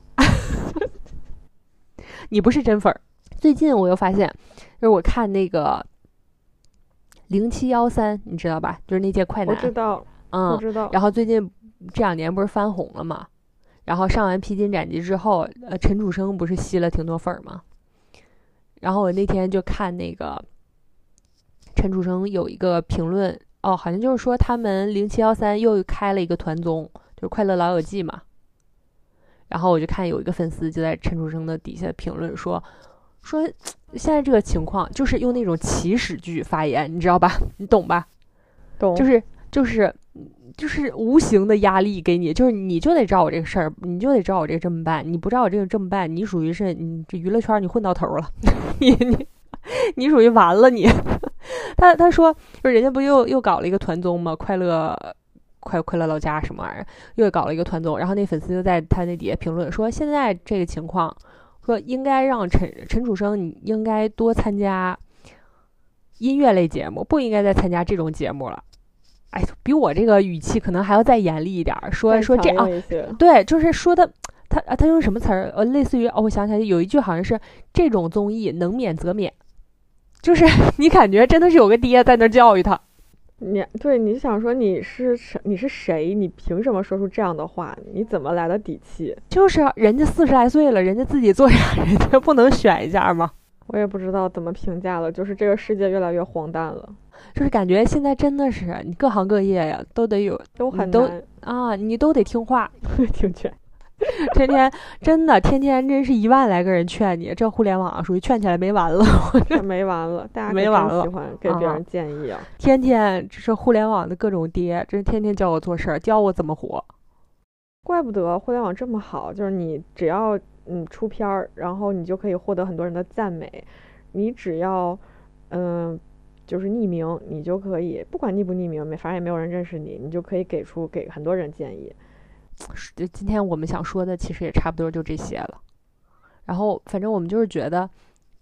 你不是真粉儿。最近我又发现，就是我看那个零七幺三，你知道吧？就是那届快男。 我知道， 嗯， 我知道。 然后最近这两年不是翻红了嘛？然后上完《披荆斩棘》之后，呃，陈楚生不是吸了挺多粉儿吗？然后我那天就看那个陈楚生有一个评论。哦，好像就是说他们零七幺三又开了一个团综，就是《快乐老友记》嘛。然后我就看有一个粉丝就在陈楚生的底下评论说，说现在这个情况就是用那种起始句发言，你知道吧？你懂吧？ 懂。 就是就是就是无形的压力给你，就是你就得照我这个事儿，你就得照我这个这么办，你不照我这个这么办，你属于是你这娱乐圈你混到头了，你你你属于完了你。他他说，就是人家不又又搞了一个团综吗？快乐快快乐老家什么玩意儿，又搞了一个团综。然后那粉丝就在他那底下评论说，现在这个情况，说应该让陈陈楚生你应该多参加音乐类节目，不应该再参加这种节目了。哎，比我这个语气可能还要再严厉一点，说说这啊，对，就是说的他他用什么词儿？呃，类似于哦，我想起来有一句好像是这种综艺能免则免。就是你感觉真的是有个爹在那教育他， 你对你想说你是你是谁？你凭什么说出这样的话？你怎么来的底气？ 就是人家四十来岁了，人家自己做啥，人家不能选一下吗？ 我也不知道怎么评价了，就是这个世界越来越荒诞了。 就是感觉现在真的是你各行各业呀都得有， 都很都啊，你都得听话， 听劝。 天天真的天天真是一万来个人劝你，这互联网属于劝起来没完了， 没完了，大家没完了， 喜欢给别人建议啊！ 天天这是互联网的各种爹，真天天教我做事儿，教我怎么活。 怪不得互联网这么好，就是你只要嗯出片儿，然后你就可以获得很多人的赞美。你只要嗯、呃、就是匿名，你就可以不管匿不匿名，反正也没有人认识你，你就可以给出给很多人建议。 今天我们想说的其实也差不多就这些了，然后反正我们就是觉得，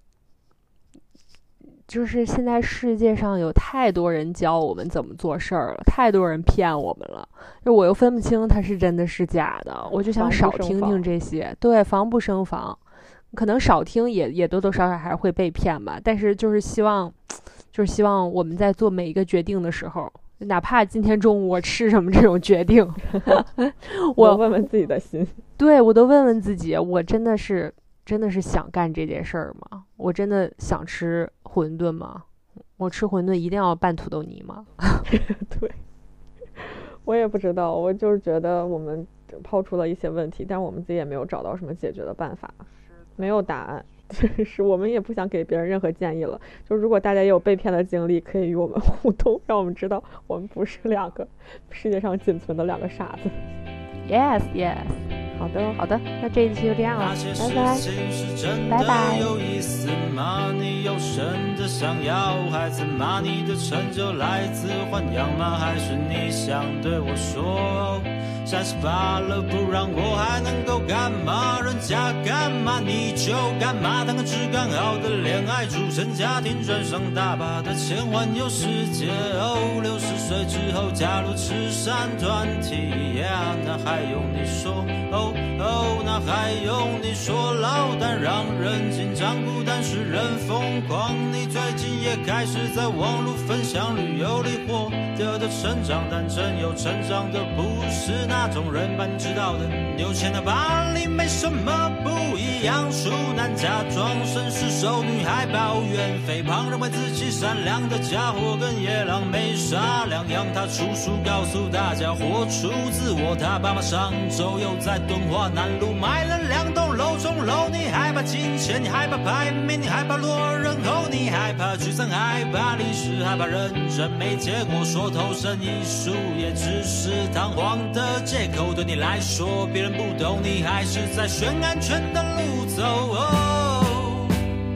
就是现在世界上有太多人教我们怎么做事儿了，太多人骗我们了，就我又分不清它是真的是假的，我就想少听听这些。对，防不胜防，可能少听也也多多少少还是会被骗吧，但是就是希望，就是希望我们在做每一个决定的时候。哪怕今天中午我吃什么这种决定，我问问自己的心， 对我都问问自己，我真的是真的是想干这件事儿吗？我真的想吃馄饨吗？我吃馄饨一定要拌土豆泥吗？ 对，我也不知道，我就是觉得我们抛出了一些问题，但我们自己也没有找到什么解决的办法，没有答案。是我们也不想给别人任何建议了，就如果大家也有被骗的经历，可以与我们互动，让我们知道我们不是两个世界上仅存的两个傻子。 Yes yes， 好的好的，那这一期就这样了，拜拜拜拜。 有意思吗？你有真的想要孩子吗？你的成就来自豢养吗？还是你想对我说三十八了不让我还能够干嘛？人家干嘛你就干嘛，谈个只刚好的恋爱，组成家庭，赚上大把的钱，环游世界。哦，六十岁之后假如吃三团体， yeah， 那还用你说？哦哦，那还用你说？老但让人紧张，孤单使人疯狂。你最近也开始在网络分享旅游里获得的成长，但真有成长的不是那种人吧？你知道的，有钱的巴黎没什么不一样，处男假装绅士，熟女孩抱怨肥胖，认为自己善良的家伙跟野狼没啥两样。他出书告诉大家活出自我，他爸妈上周又在敦化南路买了两栋楼中楼。你害怕金钱，你害怕排名，你害怕落人后，你害怕沮丧，害怕历史，害怕认真没结果，说投身艺术也只是堂皇的借口，对你来说别人不懂，你还是在选安全的路走、哦、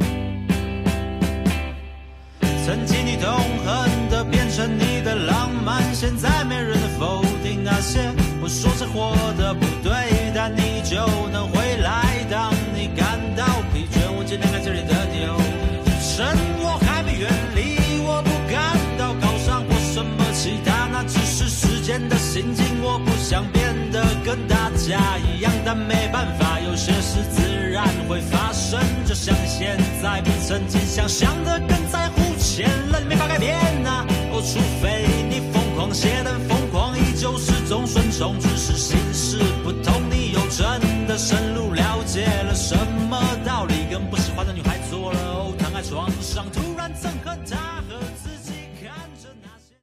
曾经你痛恨的变成你的浪漫，现在没人能否定那些我说是活的不对，但你就能回来。当你感到疲倦，我尽量看这里的牛，趁我还没远离，我不感到高尚或什么其他，那只是时间的心境。我不想变得跟大家一样，但没办法，有些事自然会发生，就像现在比曾经想象的更在乎钱了，你没法改变啊，哦，除非你疯狂，写的疯狂依旧是种顺从，只是形式不同。